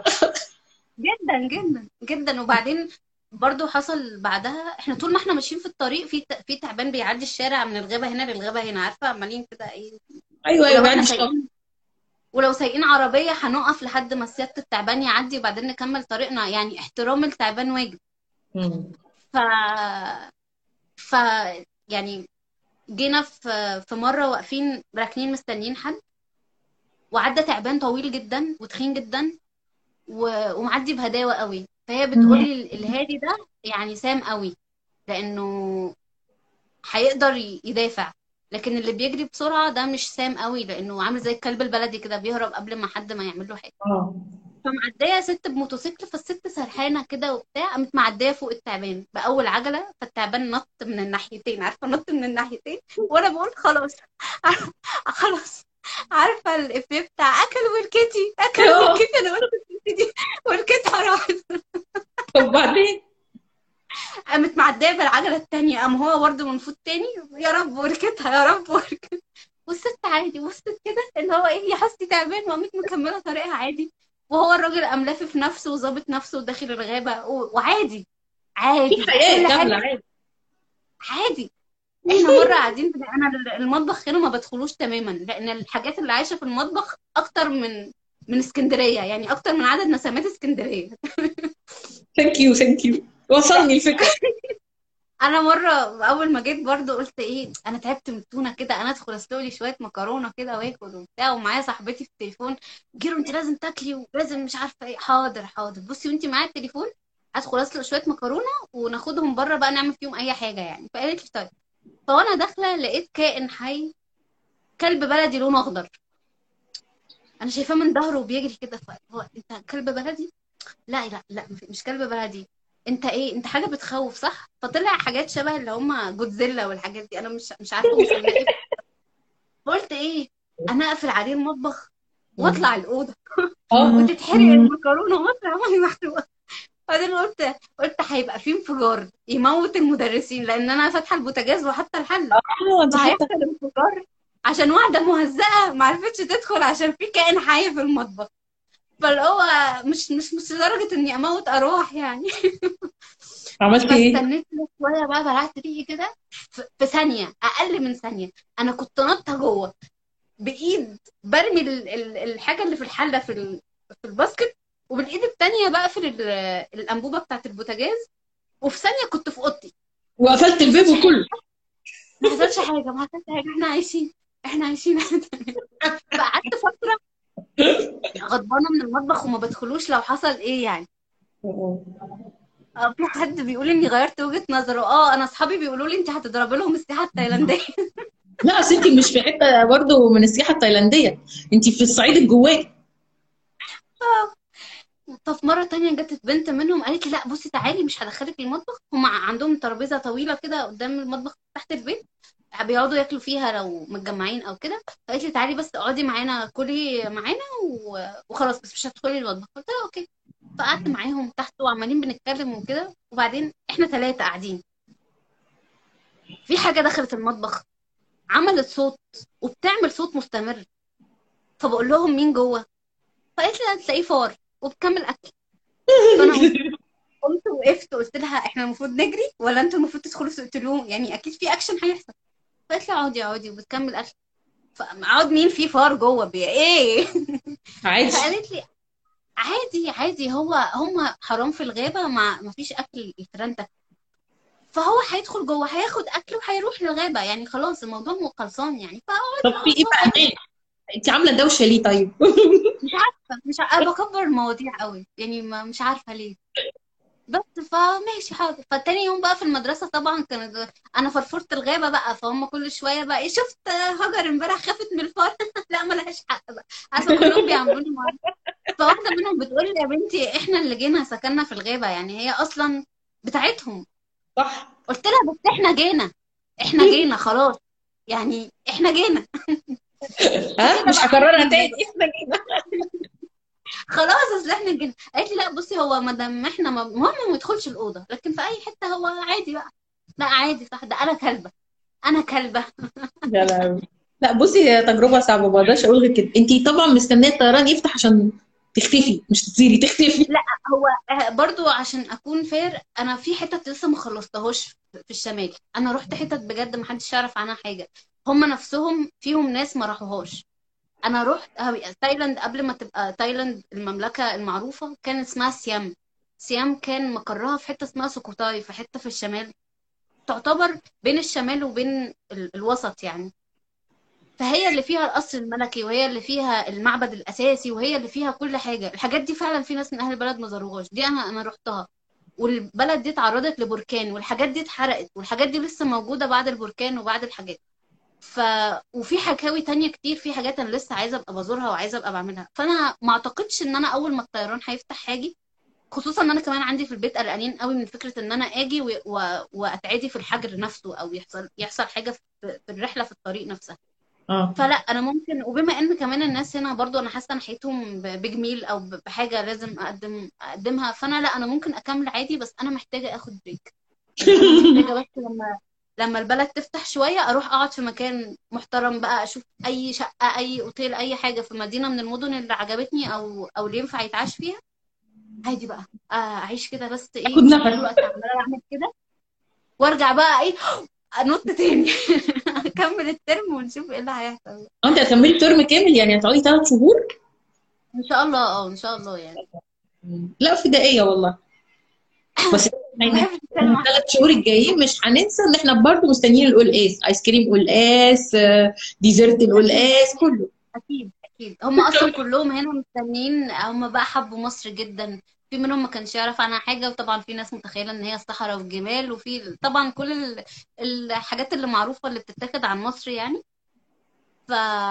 جدا جدا جدا. وبعدين برضو حصل بعدها، احنا طول ما احنا ماشيين في الطريق في ت- في تعبان بيعدي الشارع من الغابه هنا للغابه هنا، عارفه عمالين كده ايه. ايوه ايوه ولو احنا بعد الشر. سايقين ولو سايقين عربيه هنقف لحد ما سياده التعبان يعدي وبعدين نكمل طريقنا، يعني احترام التعبان واجب. مم. ف ف يعني جينا في في مره واقفين راكنين مستنيين حد، وعدى تعبان طويل جدا وتخين جدا و- ومعدي بهداوه قوي، فهي بتقول مم. لي الهادي ده يعني سام قوي، لانه هيقدر ي- يدافع. لكن اللي بيجري بسرعه ده مش سام قوي، لانه عامل زي الكلب البلدي كده، بيهرب قبل ما حد ما يعمل له حاجه. اه. فمعديه ست بموتوسيكل، فالست سرحانه كده وبتاع، قامت معديه فوق التعبان باول عجله، فالتعبان نط من الناحيتين، عارفه نط من الناحيتين، وانا بقول خلاص. خلاص. عارفه الافيه بتاع اكل والكتي اكل اه. والكتي، انا قلت الكتي دي والكتي راحت. طب بعدين؟ قامت معديه بالعجله التانيه، قام هو برضه منفوض تاني، يا رب وركتها يا رب وركتها. والست عادي وصلت كده اللي هو ايه، يا حستي تعبان، وقامت مكمله طريقها عادي. وهو الراجل قام لافف نفسه وظابط نفسه وداخل الغابه و- وعادي. في عادي حياة كل حاجه كاملة عادي. عادي. احنا مره قاعدين بن- انا المطبخ هنا ما بدخلوش تماما، لان الحاجات اللي عايشه في المطبخ اكتر من من اسكندريه، يعني اكتر من عدد نسمات اسكندريه. ثانك يو ثانك يو، وصلني الفكرة. انا مره اول ما جيت برضو قلت ايه، انا تعبت من التونه كده، انا ادخل اسلق لي شويه مكرونه كده واكل وبتاع، ومعايا صاحبتي في التليفون، جيرو انت لازم تاكلي ولازم مش عارفه ايه، حاضر حاضر بصي وانت معايا التليفون، ادخل اسلق شويه مكرونه وناخدهم بره بقى نعمل فيهم اي حاجه يعني. فقالت لي طيب. فوانا داخله لقيت كائن حي، كلب بلدي لونه اخضر، انا شايفاه من ظهره وبيجري كده. فهو انت كلب بلدي؟ لا لا لا مش كلب بلدي. انت ايه، انت حاجه بتخوف صح؟ فطلع حاجات شبه اللي هم جودزيلا والحاجات دي، انا مش مش عارفه مسميه ايه. قلت ايه، انا اقفل عليه المطبخ واطلع الاوضه اه. وتتحرق المكرونه واطلع وهي محروقه. بعدين قلت قلت هيبقى في انفجار يموت المدرسين، لان انا فاتحه البوتاجاز وحاطه الحله، اه انت حتى. فهيحصل انفجار عشان واحده مهزأه ما عرفتش تدخل عشان في كائن حي في المطبخ. فاللي هو مش مش مش لدرجه اني اموت ارواح يعني. عملت ايه؟ فاستنيت له شويه بقى، بلعت ريقي كده في في ثانيه، اقل من ثانيه انا كنت نطه جوه بايد، برمي ال- ال- الحاجه اللي في الحله في ال- في الباسكت، وبالايد التانيه بقفل ال- الانبوبه بتاعت البوتاجاز، وفي ثانيه كنت في اوضتي. وقفلت ما الباب حصلش حاجه، وكله؟ ما حصلش حاجه ما حصلش حاجه، احنا عايشين احنا عايشين. فقعدت فتره غضبانه من المطبخ وما بدخلوش لو حصل ايه يعني. اه في حد بيقول اني غيرت وجهة نظره، اه انا اصحابي بيقولوا لي انت هتضربي لهم السياحه التايلانديه. لا اصل انت مش في حته برضه من السياحه التايلانديه، انت في الصعيد الجواكي. ففي مرة تانية جت بنت منهم قالت لي لا بصي تعالي مش هدخلك المطبخ، هم عندهم ترابيزة طويلة كده قدام المطبخ تحت البيت، بيقعدوا ياكلوا فيها لو متجمعين او كده. فقالت لي تعالي بس اقعدي معانا كلي معانا و- وخلاص، بس مش هتدخلي المطبخ. قلت لها اوكي. فقعدت معاهم تحت وعمالين بنتكلم وكده، وبعدين احنا ثلاثة قاعدين، في حاجة دخلت المطبخ عملت صوت وبتعمل صوت مستمر. فبقول لهم مين جوه؟ فقالت لي لا تلاقيه فار وبكمل اكل. فانا قمت قمت وقفت قلت لها احنا المفروض نجري ولا انتوا المفروض تدخلوا تقتلوه، يعني اكيد في اكشن هيحصل. فقالت لي اقعدي اقعدي وبتكمل اكل. فاقعد مين، في فار جوه بي ايه. عادي. فقالت لي عادي عادي، هو هم حرام في الغابه، ما ما فيش اكل الفيران تاكل، فهو هيدخل جوه هياخد اكل وهيروح للغابه، يعني خلاص الموضوع مو خلصان يعني، طب فاقعدي في خلاص ايه هو بقى هيدخل. مالك؟ انت عامله دوشه ليه طيب؟ مش عارفه مش عارفة. انا بكبر المواضيع قوي يعني، ما مش عارفه ليه. بس فماشي حاضر. فتاني يوم بقى في المدرسة طبعا كانت أنا فرفرت الغابة بقى، فهم كل شوية بقى إيه، شفت هاجر امبارح خافت من الفار. لا ملهاش حق بقى، عارفة كلهم بيعملوني معاهم. فواحدة منهم بتقول لي يا بنتي إحنا اللي جينا سكننا في الغابة، يعني هي أصلا بتاعتهم. صح. قلت لها بس إحنا جينا، إحنا جينا خلاص، يعني إحنا جينا. ها فكده مش بقى عرفنا هكررها الموضوع. تاني، احنا كده. خلاص اصل احنا جينا. قالت لي لا بصي هو ما دام احنا ما- المهم ما يدخلش الاوضه، لكن في اي حته هو عادي بقى. لا عادي صح، ده انا كلبه، انا كلبه. يا لهوي. لا بصي هي تجربه صعبه، ما اقدرش اقول غير كده. انت طبعا مستنيه الطيران يفتح عشان تختفي، مش تطيري تختفي. لا هو آه، برضو عشان اكون فير، انا في حتت لسه ما خلصتهاش في الشمال، انا رحت حتت بجد ما حدش يعرف عنها حاجه، هم نفسهم فيهم ناس ما راحوهاش. انا رحت آه، تايلاند قبل ما تبقى تايلاند المملكه المعروفه كان اسمها سيام. سيام كان مقرها في حته اسمها سوكوتاي، في حته في الشمال. تعتبر بين الشمال وبين ال- الوسط يعني. فهي اللي فيها القصر الملكي، وهي اللي فيها المعبد الاساسي، وهي اللي فيها كل حاجه. الحاجات دي فعلا في ناس من اهل البلد ما زاروهاش، دي انا انا رحتها. والبلد دي اتعرضت لبركان، والحاجات دي اتحرقت، والحاجات دي لسه موجوده بعد البركان وبعد الحاجات. ف وفي حكاوي تانية كتير، في حاجات انا لسه عايزه ابقى بزورها وعايزه ابقى بعملها. فانا ما اعتقدش ان انا اول ما الطيران هيفتح هاجي. خصوصا ان انا كمان عندي في البيت قلقانين قوي من فكره ان انا اجي و... و... واتعدي في الحجر نفسه، او يحصل يحصل حاجه في في الرحله في الطريق نفسها. اه فلا انا ممكن، وبما ان كمان الناس هنا برضو انا حاسه ناحيتهم ب- بجميل او ب- بحاجه لازم اقدم اقدمها، فانا لا انا ممكن اكمل عادي، بس انا محتاجه اخد بريك. يعني انا محتاجه بس لما لما البلد تفتح شويه اروح اقعد في مكان محترم بقى، اشوف اي شقه، اي اوتيل، اي حاجه في مدينه من المدن اللي عجبتني او او اللي ينفع يتعاش فيها. عادي بقى آه، اعيش كده بس ايه، اخد مش طول نفس. الوقت عماله اعمل كده، وارجع بقى ايه انط تاني. اكمل الترم ونشوف ايه اللي هيحصل. اه انت هتكملي ترم كامل يعني هتقعدي ثلاث شهور؟ ان شاء الله، اه ان شاء الله يعني. لا فدائيه والله. بس ما يعني بحبش اتكلم عن الثلاث شهور التفكير. الجايين مش هننسى ان احنا برضه مستنيين القلقاس، ايس كريم قلقاس، آه، ديزرت اكيد القلقاس كله. اكيد اكيد، هم اصلا كلهم هنا مستنيين، هم بقى حبوا مصر جدا. في منهم ما كانش يعرف عنها حاجه، وطبعا في ناس متخيله ان هي الصحراء والجبال، وفي طبعا كل ال- الحاجات اللي معروفه اللي بتتاخد عن مصر يعني. ف...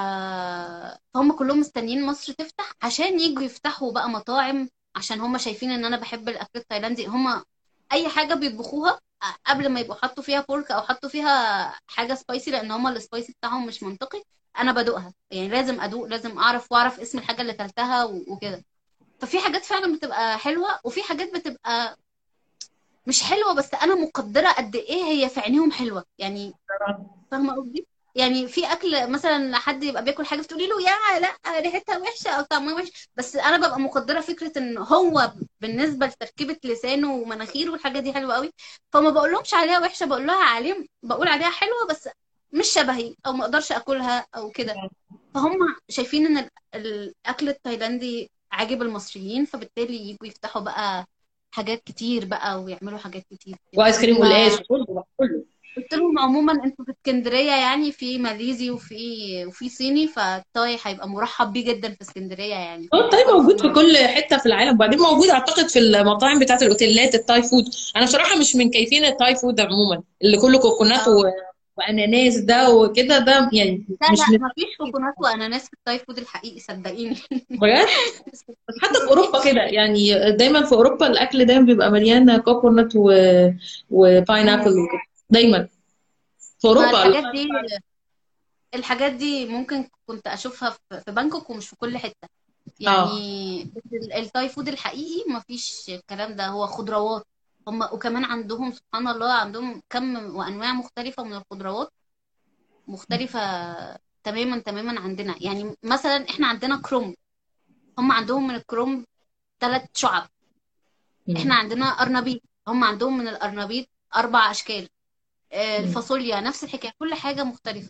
فهم كلهم مستنيين مصر تفتح عشان يجوا يفتحوا بقى مطاعم، عشان هم شايفين ان انا بحب الاكل التايلاندي. هم اي حاجه بيطبخوها قبل ما يبقوا حطوا فيها بورك او حطوا فيها حاجه سبايسي، لان هم السبايسي بتاعهم مش منطقي، انا بدوقها يعني. لازم ادوق، لازم اعرف واعرف اسم الحاجه اللي اكلتها و- وكده. ففي حاجات فعلا بتبقى حلوه، وفي حاجات بتبقى مش حلوه، بس انا مقدره قد ايه هي في عينيهم حلوه يعني. فاهمه قصدي؟ يعني في اكل مثلا حد يبقى بياكل حاجه فتقولي له يا لا ريحتها وحشه او طعمها وحش، بس انا ببقى مقدره فكره ان هو بالنسبه لتركيبه لسانه ومناخيره والحاجه دي حلوه قوي. فما بقولهمش عليها وحشه، بقول لها عليه، بقول عليها حلوه بس مش شبهي او ما اقدرش اكلها او كده. فهم شايفين ان ال- الاكل التايلاندي عاجب المصريين، فبالتالي يجوا يفتحوا بقى حاجات كتير بقى ويعملوا حاجات كتير كده. وايس كريم قلقاس وكله بقى كله. قلت لهم عموما انتوا في اسكندريه يعني في ماليزي وفي وفي صيني، فالتاي هيبقى مرحب بيه جدا في اسكندريه يعني، اه التاي ففكروا في موجود في الموضوع. كل حته في العالم، وبعدين موجود اعتقد في المطاعم بتاعت الاوتيلات التاي فود. انا بصراحه مش من كيفين التاي فود عموما، اللي كله كوكونات و... اه واناناس ده وكده، ده يعني لا مش من لا، مفيش كوكونات واناناس في التاي فود الحقيقي صدقيني. بجد. بس حتى في اوروبا كده يعني، دايما في اوروبا الاكل دايما بيبقى مليان كوكونات و... وباين ابل مم. وكده دايما في ما اوروبا. الحاجات دي الحاجات دي ممكن كنت اشوفها في في بانكوك ومش في كل حته اه يعني. بس ال- التاي فود الحقيقي مفيش الكلام ده، هو خضروات. هم وكمان عندهم سبحان الله عندهم كم وانواع مختلفه من الخضروات، مختلفة تماما تماما عننا. يعني مثلا احنا عندنا كرومب، هم عندهم من الكرومب ثلاث شعب. احنا مم. عندنا أرنبيط، هم عندهم من الأرنبيط أربع أشكال. آه، مم. الفاصوليا نفس الحكاية، كل حاجة مختلفة.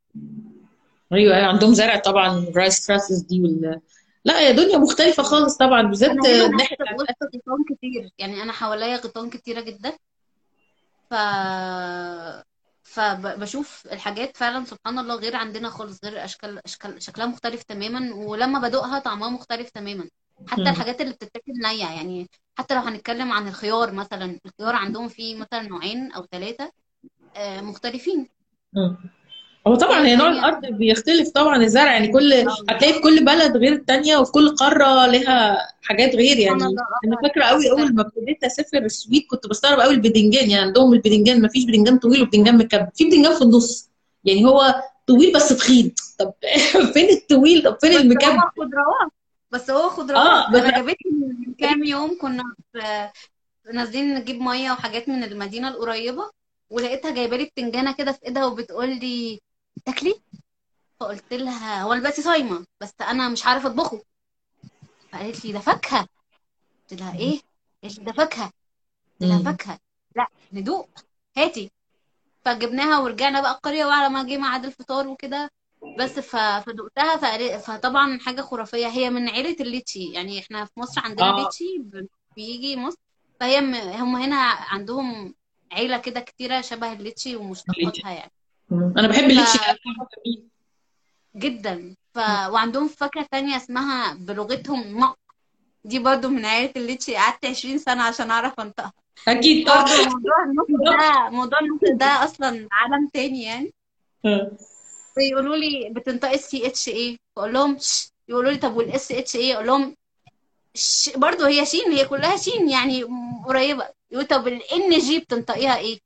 ايوه ايوه عندهم زرع طبعا، الرايس كراسس دي وال... لا يا دنيا مختلفه خالص طبعا، أنا بالذات هنا الناحيه وسط بتاعت وسط الاكل. غيطان كتير يعني، أنا حواليا غيطان كتيرة جدا. ف فبشوف الحاجات فعلا سبحان الله غير عندنا خالص، غير اشكال اشكال شكلها مختلف تماما، ولما بدوقها طعمها مختلف تماما. حتى مم. الحاجات اللي بتتاكل نية يعني، حتى لو هنتكلم عن الخيار مثلا، الخيار عندهم فيه مثلا نوعين او ثلاثة مختلفين. مم. هو طبعا هي هي نوع الدنيا الارض بيختلف طبعا، الزرع يعني كل اه هتلاقي في كل بلد غير التانية، وفي كل قاره لها حاجات غير سبحان يعني. الله انا اه فاكره هتلاقي قوي اول مختلف. ما ابتديت اسافر السويد كنت بستغرب قوي البدنجان، يعني عندهم البدنجان ما فيش بدنجان طويل وبدنجان مكبب، في بدنجان في النص يعني هو طويل بس تخين. طب فين الطويل؟ طب فين بس المكبب؟ هو خضروات بس هو خضروات اه بس انا جابتني من كام يوم، كنا في نازلين نجيب ميه وحاجات من المدينه القريبه، ولقيتها جايبه لي بتنجانه كده في ايدها وبتقول لي تاكلي. فقلت لها هو انا دلوقتي صايمه بس انا مش عارفه اطبخه. فقالت لي ده فاكهه. قلت لها ايه؟ قالت لي ده فاكهه. قلت لها مم. فاكهه؟ لا ندوق، هاتي. فجبناها ورجعنا بقى القريه، وعلى ما جه ميعاد الفطار وكده بس ف... فدقتها فقال- فطبعا حاجه خرافيه، هي من عيله الليتشي يعني. احنا في مصر عندنا اه ليتشي ب- بيجي مصر، فهي م... هم هنا عندهم عيله كده كتيره شبه الليتشي ومشتقاتها يعني. مم. انا بحب الليتشي ف جدا ف وعندهم فاكهه تانية اسمها بلغتهم نق، دي برضو من عيله الليتشي، قعدت عشرين سنه عشان اعرف انطقها. اكيد طبعا. برضو موضوع النطق ده موضوع النطق ده اصلا عالم تاني يعني. بيقولوا لي بتنطقي السي اتش ايه، بقول لهم ش، يقولوا لي طب والاس اتش ايه، اقول لهم ش، برضو هي شين، هي كلها شين يعني م- قريبه. يقول طب الان جي بتنطقيها ايه،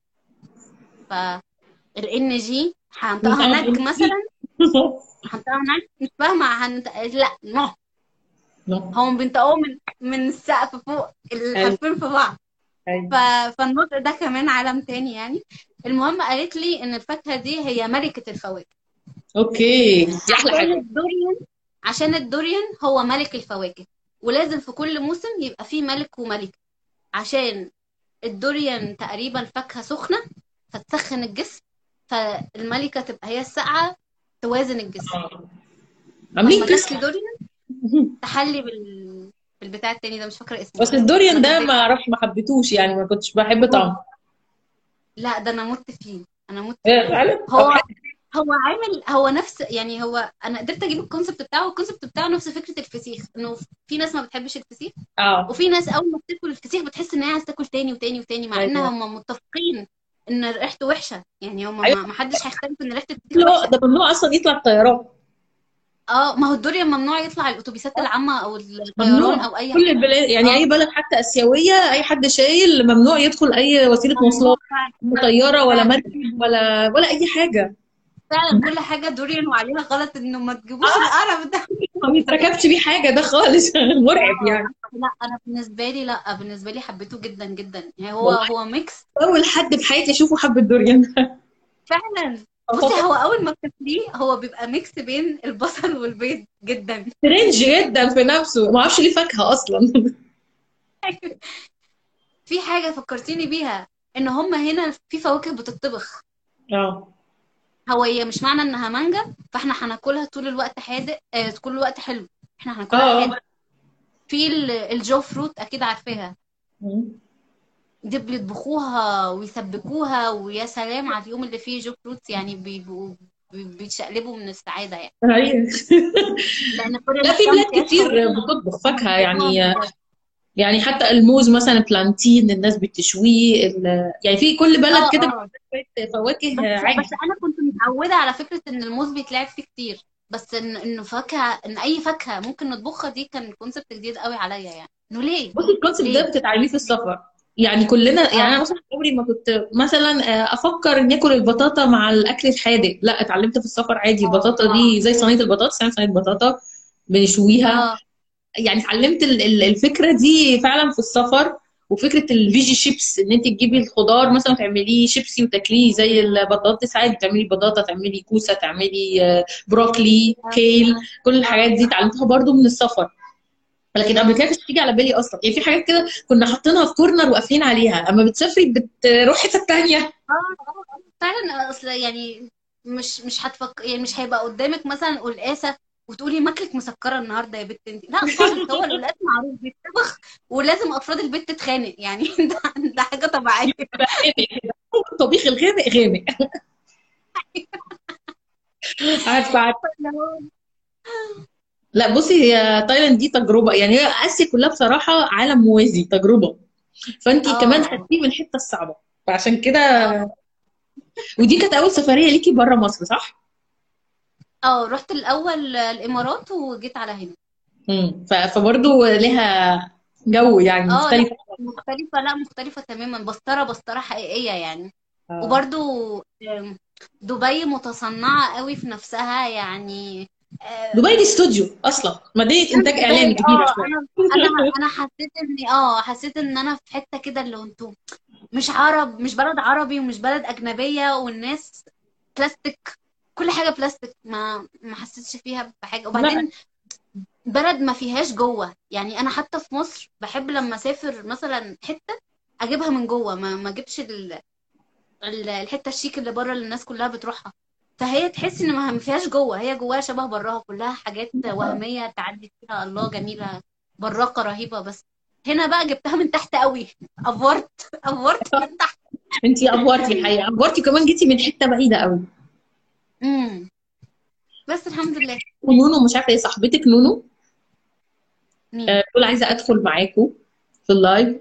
فالان جي هنطقها نج مثلا، هنطقها نج مش فاهمه هنط... لا نو، هم بينطقوه من من السقف فوق الحرفين في بعض. ف... فالنطق ده كمان عالم تاني يعني. المهم قالت لي ان الفاكهه دي هي ملكه الفواكه. اوكي دي احلى عشان حاجه. الدوريان، عشان الدوريان هو ملك الفواكه، ولازم في كل موسم يبقى فيه ملك وملكة. عشان الدوريان تقريبا فاكهة سخنة فتسخن الجسم، فالملكة تبقى هي الساقعة توازن الجسم. آه. عاملين اما تاكلي قصه. دوريان تحلي بال بالبتاع التاني ده مش فاكرة اسمه بس ايه. انا الدوريان ده بالنسبة ما اعرفش، ما حبيتهوش يعني، ما كنتش بحب طعمه. لا ده انا مت فيه، انا مت إيه، فيه. فعلا طب هو حلو. هو عامل هو نفس يعني، هو انا قدرت اجيب الكونسبت بتاعه، والكونسبت بتاعه نفس فكره الفسيخ، انه في ناس ما بتحبش الفسيخ، اه وفي ناس اول ما بتاكل الفسيخ بتحس ان هي عايزه تاكل تاني وتاني وتاني، مع ان ايوه هم متفقين ان ريحته وحشه يعني، هم ايوه. ما ما حدش هيختلف ان ريحه الفسيخ لا وحشه. ده ممنوع اصلا يطلع الطيران. اه ما هو الدوريان ممنوع يطلع الاتوبيسات العامه او الطيران ممنوع او اي كل حاجه. البلاد يعني، اه اي بلد حتى اسيويه، اي حد شايل ممنوع يدخل اي وسيله ممنوع مواصلات، فعلا. لا طياره ولا فعلا مركب ولا ولا اي حاجه. فعلا كل حاجه دوريان وعليها غلط، انه ما تجيبوش اه القرف ده. ما بيتركبش بيه حاجه ده خالص مرعب اه يعني. لا انا بالنسبه لي، لا بالنسبه لي حبيته جدا جدا يعني، هو والله هو ميكس. اول حد في حياتي اشوفه حب الدوريان. فعلا. بصي هو اول ما بتاكليه هو بيبقى ميكس بين البصل والبيض جدا. ترنج جدا في نفسه، ما اعرفش ليه فاكهه اصلا. في حاجه فكرتيني بيها، ان هم هنا في فواكه بتطبخ. اه هو هي مش معنى انها مانجا فاحنا هناكلها طول الوقت حادق، آه طول الوقت حلو، احنا اه هناكلها حادق. اه. في ال- الجو فروت اكيد عارفاها، مم. دي بيطبخوها ويسبكوها، ويا سلام على اليوم اللي فيه جو فروت يعني، بيبقوا بي- بيتشقلبوا من السعادة يعني. ايوه لأن كل لا في المكان ما بلاد فيهاش كتير فواكه بتطبخ هما فاكهه بيطبخوها يعني. بالظبط. يعني حتى الموز مثلا بلانتين الناس بتشويه ال- يعني في كل بلد اه كده اه. شوية فواكه بس بس عادي. أنا كنت متعودة على فكرة إن الموز بيتلعب فيه كتير، بس إن إنه فاكهة، إن أي فاكهة ممكن نطبخها، دي كان كونسبت جديد قوي عليا يعني، إنه ليه؟ بصي الكونسيبت ده ليه؟ بتتعلميه في السفر. يعني كلنا يعني، انا اه مثلا عمري ما كنت مثلا آه، افكر اني اكل البطاطا مع الاكل الحادق، لا اتعلمت في السفر عادي اه البطاطا دي زي صينيه البطاطس، يعني صينيه بطاطا بنشويها. اه يعني اتعلمت ال- ال- الفكره دي فعلا في السفر. وفكره الفيجي شيبس، ان انت تجيبي الخضار مثلا تعمليه شيبسي وتاكليه زي البطاطس عادي، تعملي بطاطا، تعملي كوسه، تعملي آه، بروكلي، كيل. كل الحاجات دي اتعلمتها برضو من السفر. لكن قبل كده اه. كانت بتيجي على بالي اصلا، يعني في حاجات كده كنا حاطينها في كورنر وقافلين عليها، اما بتسافري بتروحي حته تانيه. اه اه آه. فعلا اصل يعني مش مش هتفكر يعني، مش هيبقى قدامك مثلا قلقاسه وتقولي ماكلك مسكره النهارده يا بت انت، لا خالص، هو القلقاس معروف بيتطبخ ولازم افراد البيت تتخانق يعني ده ده حاجه طبيعيه. غامق كده، الطبيخ الغامق غامق. عارفه عارفه. لا بصي هي تايلاند دي تجربه، يعني هي اسيا كلها بصراحه عالم موازي تجربه. فانت كمان اه خدتيه من الحته الصعبه، فعشان كده. اه ودي كانت اول سفريه ليكي بره مصر صح؟ اه. رحت الاول الامارات وجيت على هنا. امم ف- فبرضه لها جو يعني اه لا مختلف. مختلفه، لا مختلفه تماما، بسطره بسطره حقيقيه يعني. اه وبرضو آم، دبي متصنعه قوي في نفسها يعني. دبي دي استوديو اصلا، مدينه انتاج اعلامي دبي كبيره اه، شويه. انا انا انا حسيت اني اه حسيت ان انا في حته كده، اللي انتوا مش عرب، مش بلد عربي ومش بلد اجنبيه، والناس بلاستيك، كل حاجه بلاستيك، ما ما حسيتش فيها بحاجه. لا وبعدين بلد ما فيهاش جوه يعني، انا حتى في مصر بحب لما اسافر مثلا حته اجيبها من جوه، ما ما اجيبش ال- ال- الحته الشيك اللي بره اللي الناس كلها بتروحها. فهي تحس ان ما ما فيهاش جوه، هي جواها شبه براها، كلها حاجات وهميه تعدي فيها الله جميله، براقه رهيبه. بس هنا بقى جبتها من تحت قوي، افورت افورت من تحت. انتي افورتي الحقيقه، افورتي كمان، جيتي من حته بعيده قوي. امم بس الحمد لله. ونونو مش عارفه ايه، صاحبتك نونو مين؟ آه، بتقول عايزه ادخل معاكم في اللايف.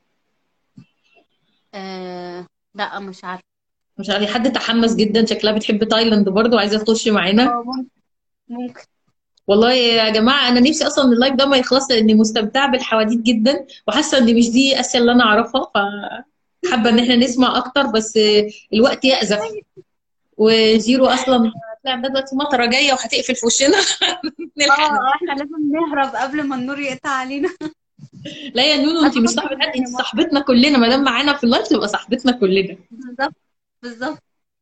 آه... لا مش عارفه. مش عارفه، حد تحمس جدا، شكلها بتحب تايلاند برضو، عايزه تخش معانا. اه ممكن. ممكن. والله يا جماعه انا نفسي اصلا اللايف ده ما يخلص، لاني مستمتعه بالحواديت جدا، وحاسه ان مش دي اسيا اللي انا اعرفها، فحابه ان احنا نسمع اكتر، بس الوقت يأزف. وزيرو اصلا طلع دلوقتي مطره جايه وهتقفل في وشنا. اه نلحق نفسنا. اه احنا لازم نهرب قبل ما النور يقطع علينا. لا يا نونو، انت مش اتفضل صاحبه حد، يا انت ماما. صاحبتنا كلنا، ما دام معانا في اللايف تبقى صاحبتنا كلنا. بالظبط. بالظبط.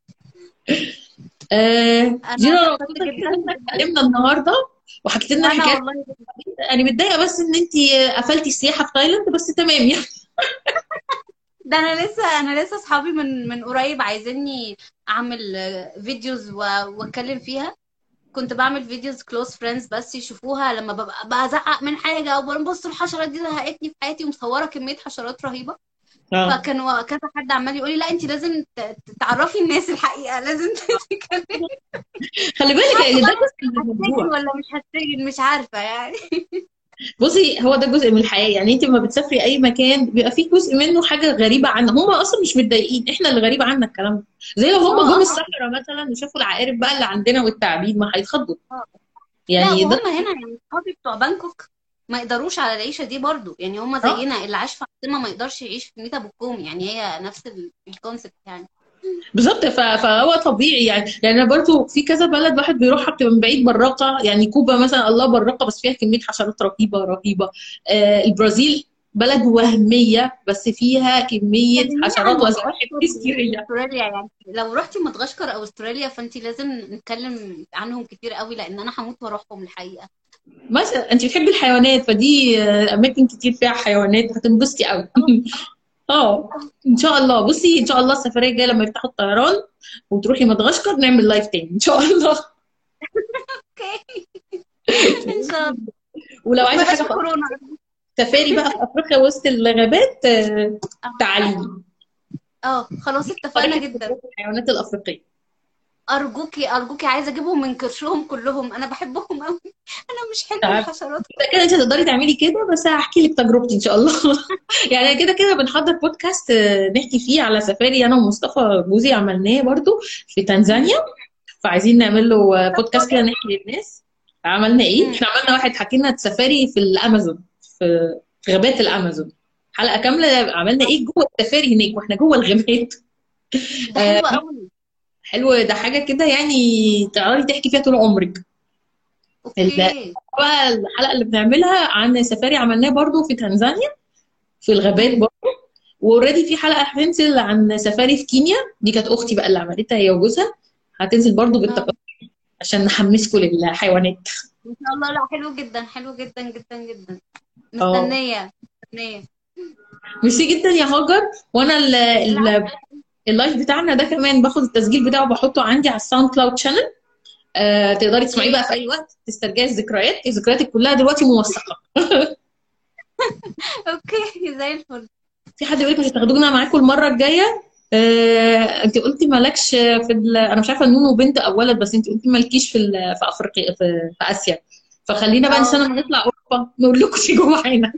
آه انا زيرو، انا اتبسطت مبسوطه جدا جدا ان احنا جدا. اتكلمنا النهارده وحكيت لنا وانا حكايات. والله. انا متضايقه بس ان انت قفلتي السياحه في تايلاند، بس تمام يعني. ده انا لسه انا لسه اصحابي من من قريب عايزيني اعمل آه، فيديوز و- واتكلم فيها. كنت بعمل فيديوز كلوز فريندز بس يشوفوها لما ببقى بزعق من حاجه او بقول بص الحشرات دي زهقتني في حياتي، ومصوره كميه حشرات رهيبه. اه، فكانوا كذا حد عمال يقول لي لا انت لازم ت- ت- تعرفي الناس الحقيقه، لازم تتكلمي. خلي مش بالك عارفه ده بقى جزء من هتسجن الموضوع. ولا مش هتسجن، مش عارفه يعني. بصي، هو ده جزء من الحياه، يعني انت لما بتسافري اي مكان بيبقى فيه جزء منه حاجه غريبه عنهم، هم اصلا مش متضايقين، احنا اللي غريبه عنا الكلام ده. زي لو هم اه جم اه الصحراء مثلا وشافوا العقارب بقى اللي عندنا والتعابين، ما هيتخضوا اه لا يعني ده. وهم هنا يعني اصحابي بتوع بانكوك ما يقدروش على العيشه دي برضو، يعني هم اه زينا اللي عاش في عاصمه ما يقدرش يعيش في ميتا بوكوم، يعني هي نفس الكونسبت يعني. بالظبط، ف- فهو طبيعي يعني يعني انا برضو في كذا بلد واحد بيروحها بتبقى من بعيد براقه، يعني كوبا مثلا الله براقه بس فيها كميه حشرات رهيبه رهيبه. آه البرازيل بلد وهميه بس فيها كميه كلميني عن حشرات وزواحف مدغشقر هستيريه. واستراليا، يعني لو رحتي مدغشقر او استراليا فانت لازم نتكلم عنهم كتير قوي، لان انا هموت واروحهم الحقيقه. مثلا انت بتحبي الحيوانات، فدي آه، اماكن كتير فيها حيوانات هتنبسطي قوي. اه اه ان شاء الله. بصي ان شاء الله السفريه الجايه لما يفتحوا الطيران وتروحي مدغشقر نعمل لايف تاني ان شاء الله. اوكي. ان شاء الله. ولو بس عايزه بلاش حاجه في في كورونا. سفاري بقى في افريقيا وسط الغابات، آه، اه تعالي اه خلاص اتفقنا طريقه جدا. الحيوانات الافريقيه. ارجوكي ارجوكي عايزه اجيبهم من كرشهم كلهم، انا بحبهم قوي. انا مش حلو تعب. الحشرات. كده كده انت هتقدري تعملي كده، بس هحكي لك تجربتي ان شاء الله. يعني كده كده بنحضر بودكاست آه، نحكي فيه على سفاري انا ومصطفى جوزي عملناه برضو في تنزانيا، فعايزين نعمل له آه، طب بودكاست كده كويس. نحكي للناس عملنا ايه. امم احنا عملنا واحد حكينا سفاري في الامازون، في في غابات الامازون، حلقه كامله عملنا ايه جوه السفاري هناك واحنا جوه الغابات. ده حلو قوي. حلو ده، حاجه كده يعني تقعدي تحكي فيها طول عمرك. ال- اوكي. بقى الحلقه اللي بنعملها عن سفاري عملناه برضو في تنزانيا في الغابات امم برضو. واوريدي في حلقه هتنزل عن سفاري في كينيا، دي كانت اختي بقى اللي عملتها هي وجوزها، هتنزل برضو اه بالتفاصيل عشان نحمسكم للحيوانات. ان شاء الله. لا حلو جدا حلو جدا جدا جدا. اه مستنيه. مستنيه. ميرسي جدا يا هاجر. وانا ال- ال- العفو. اللايف بتاعنا ده كمان باخد التسجيل بتاعه وبحطه عندي على الساوند كلاود شانل. آه تقدري تسمعيه اوكي. بقى في اي وقت، تسترجعي الذكريات، ذكرياتك كلها دلوقتي موثقه. اوكي زي الفل. في حد يقول لك مش هتاخدونا معاكم المره الجايه. آه، انت قلتي مالكش في ال... انا مش عارفه نونو بنت او ولد، بس انت قلتي مالكيش في ال... في افريقيا، في... في اسيا، فخلينا بقى اه نستنى ما نطلع اوروبا نقول لكم تيجوا معانا.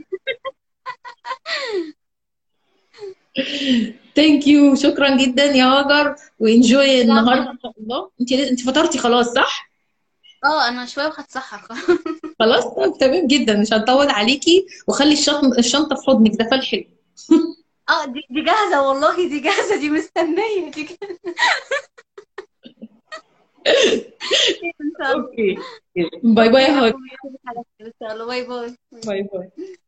ثانك يو، شكرا جدا يا هاجر، وانجوي العفو. النهارده ان شاء الله. انت انت فطرتي خلاص صح؟ اه انا شويه وهتسحر. خلاص طب تمام جدا، مش هنطول عليكي، وخلي الشنطه الشنطه في حضنك، ده فالحلو. اه دي دي جاهزه والله، دي جاهزه، دي مستنيه دي جاهزة. ان شاء الله. اوكي، باي باي اوكي يا يا هاجر. حبيبي، ان شاء الله. باي باي. باي باي.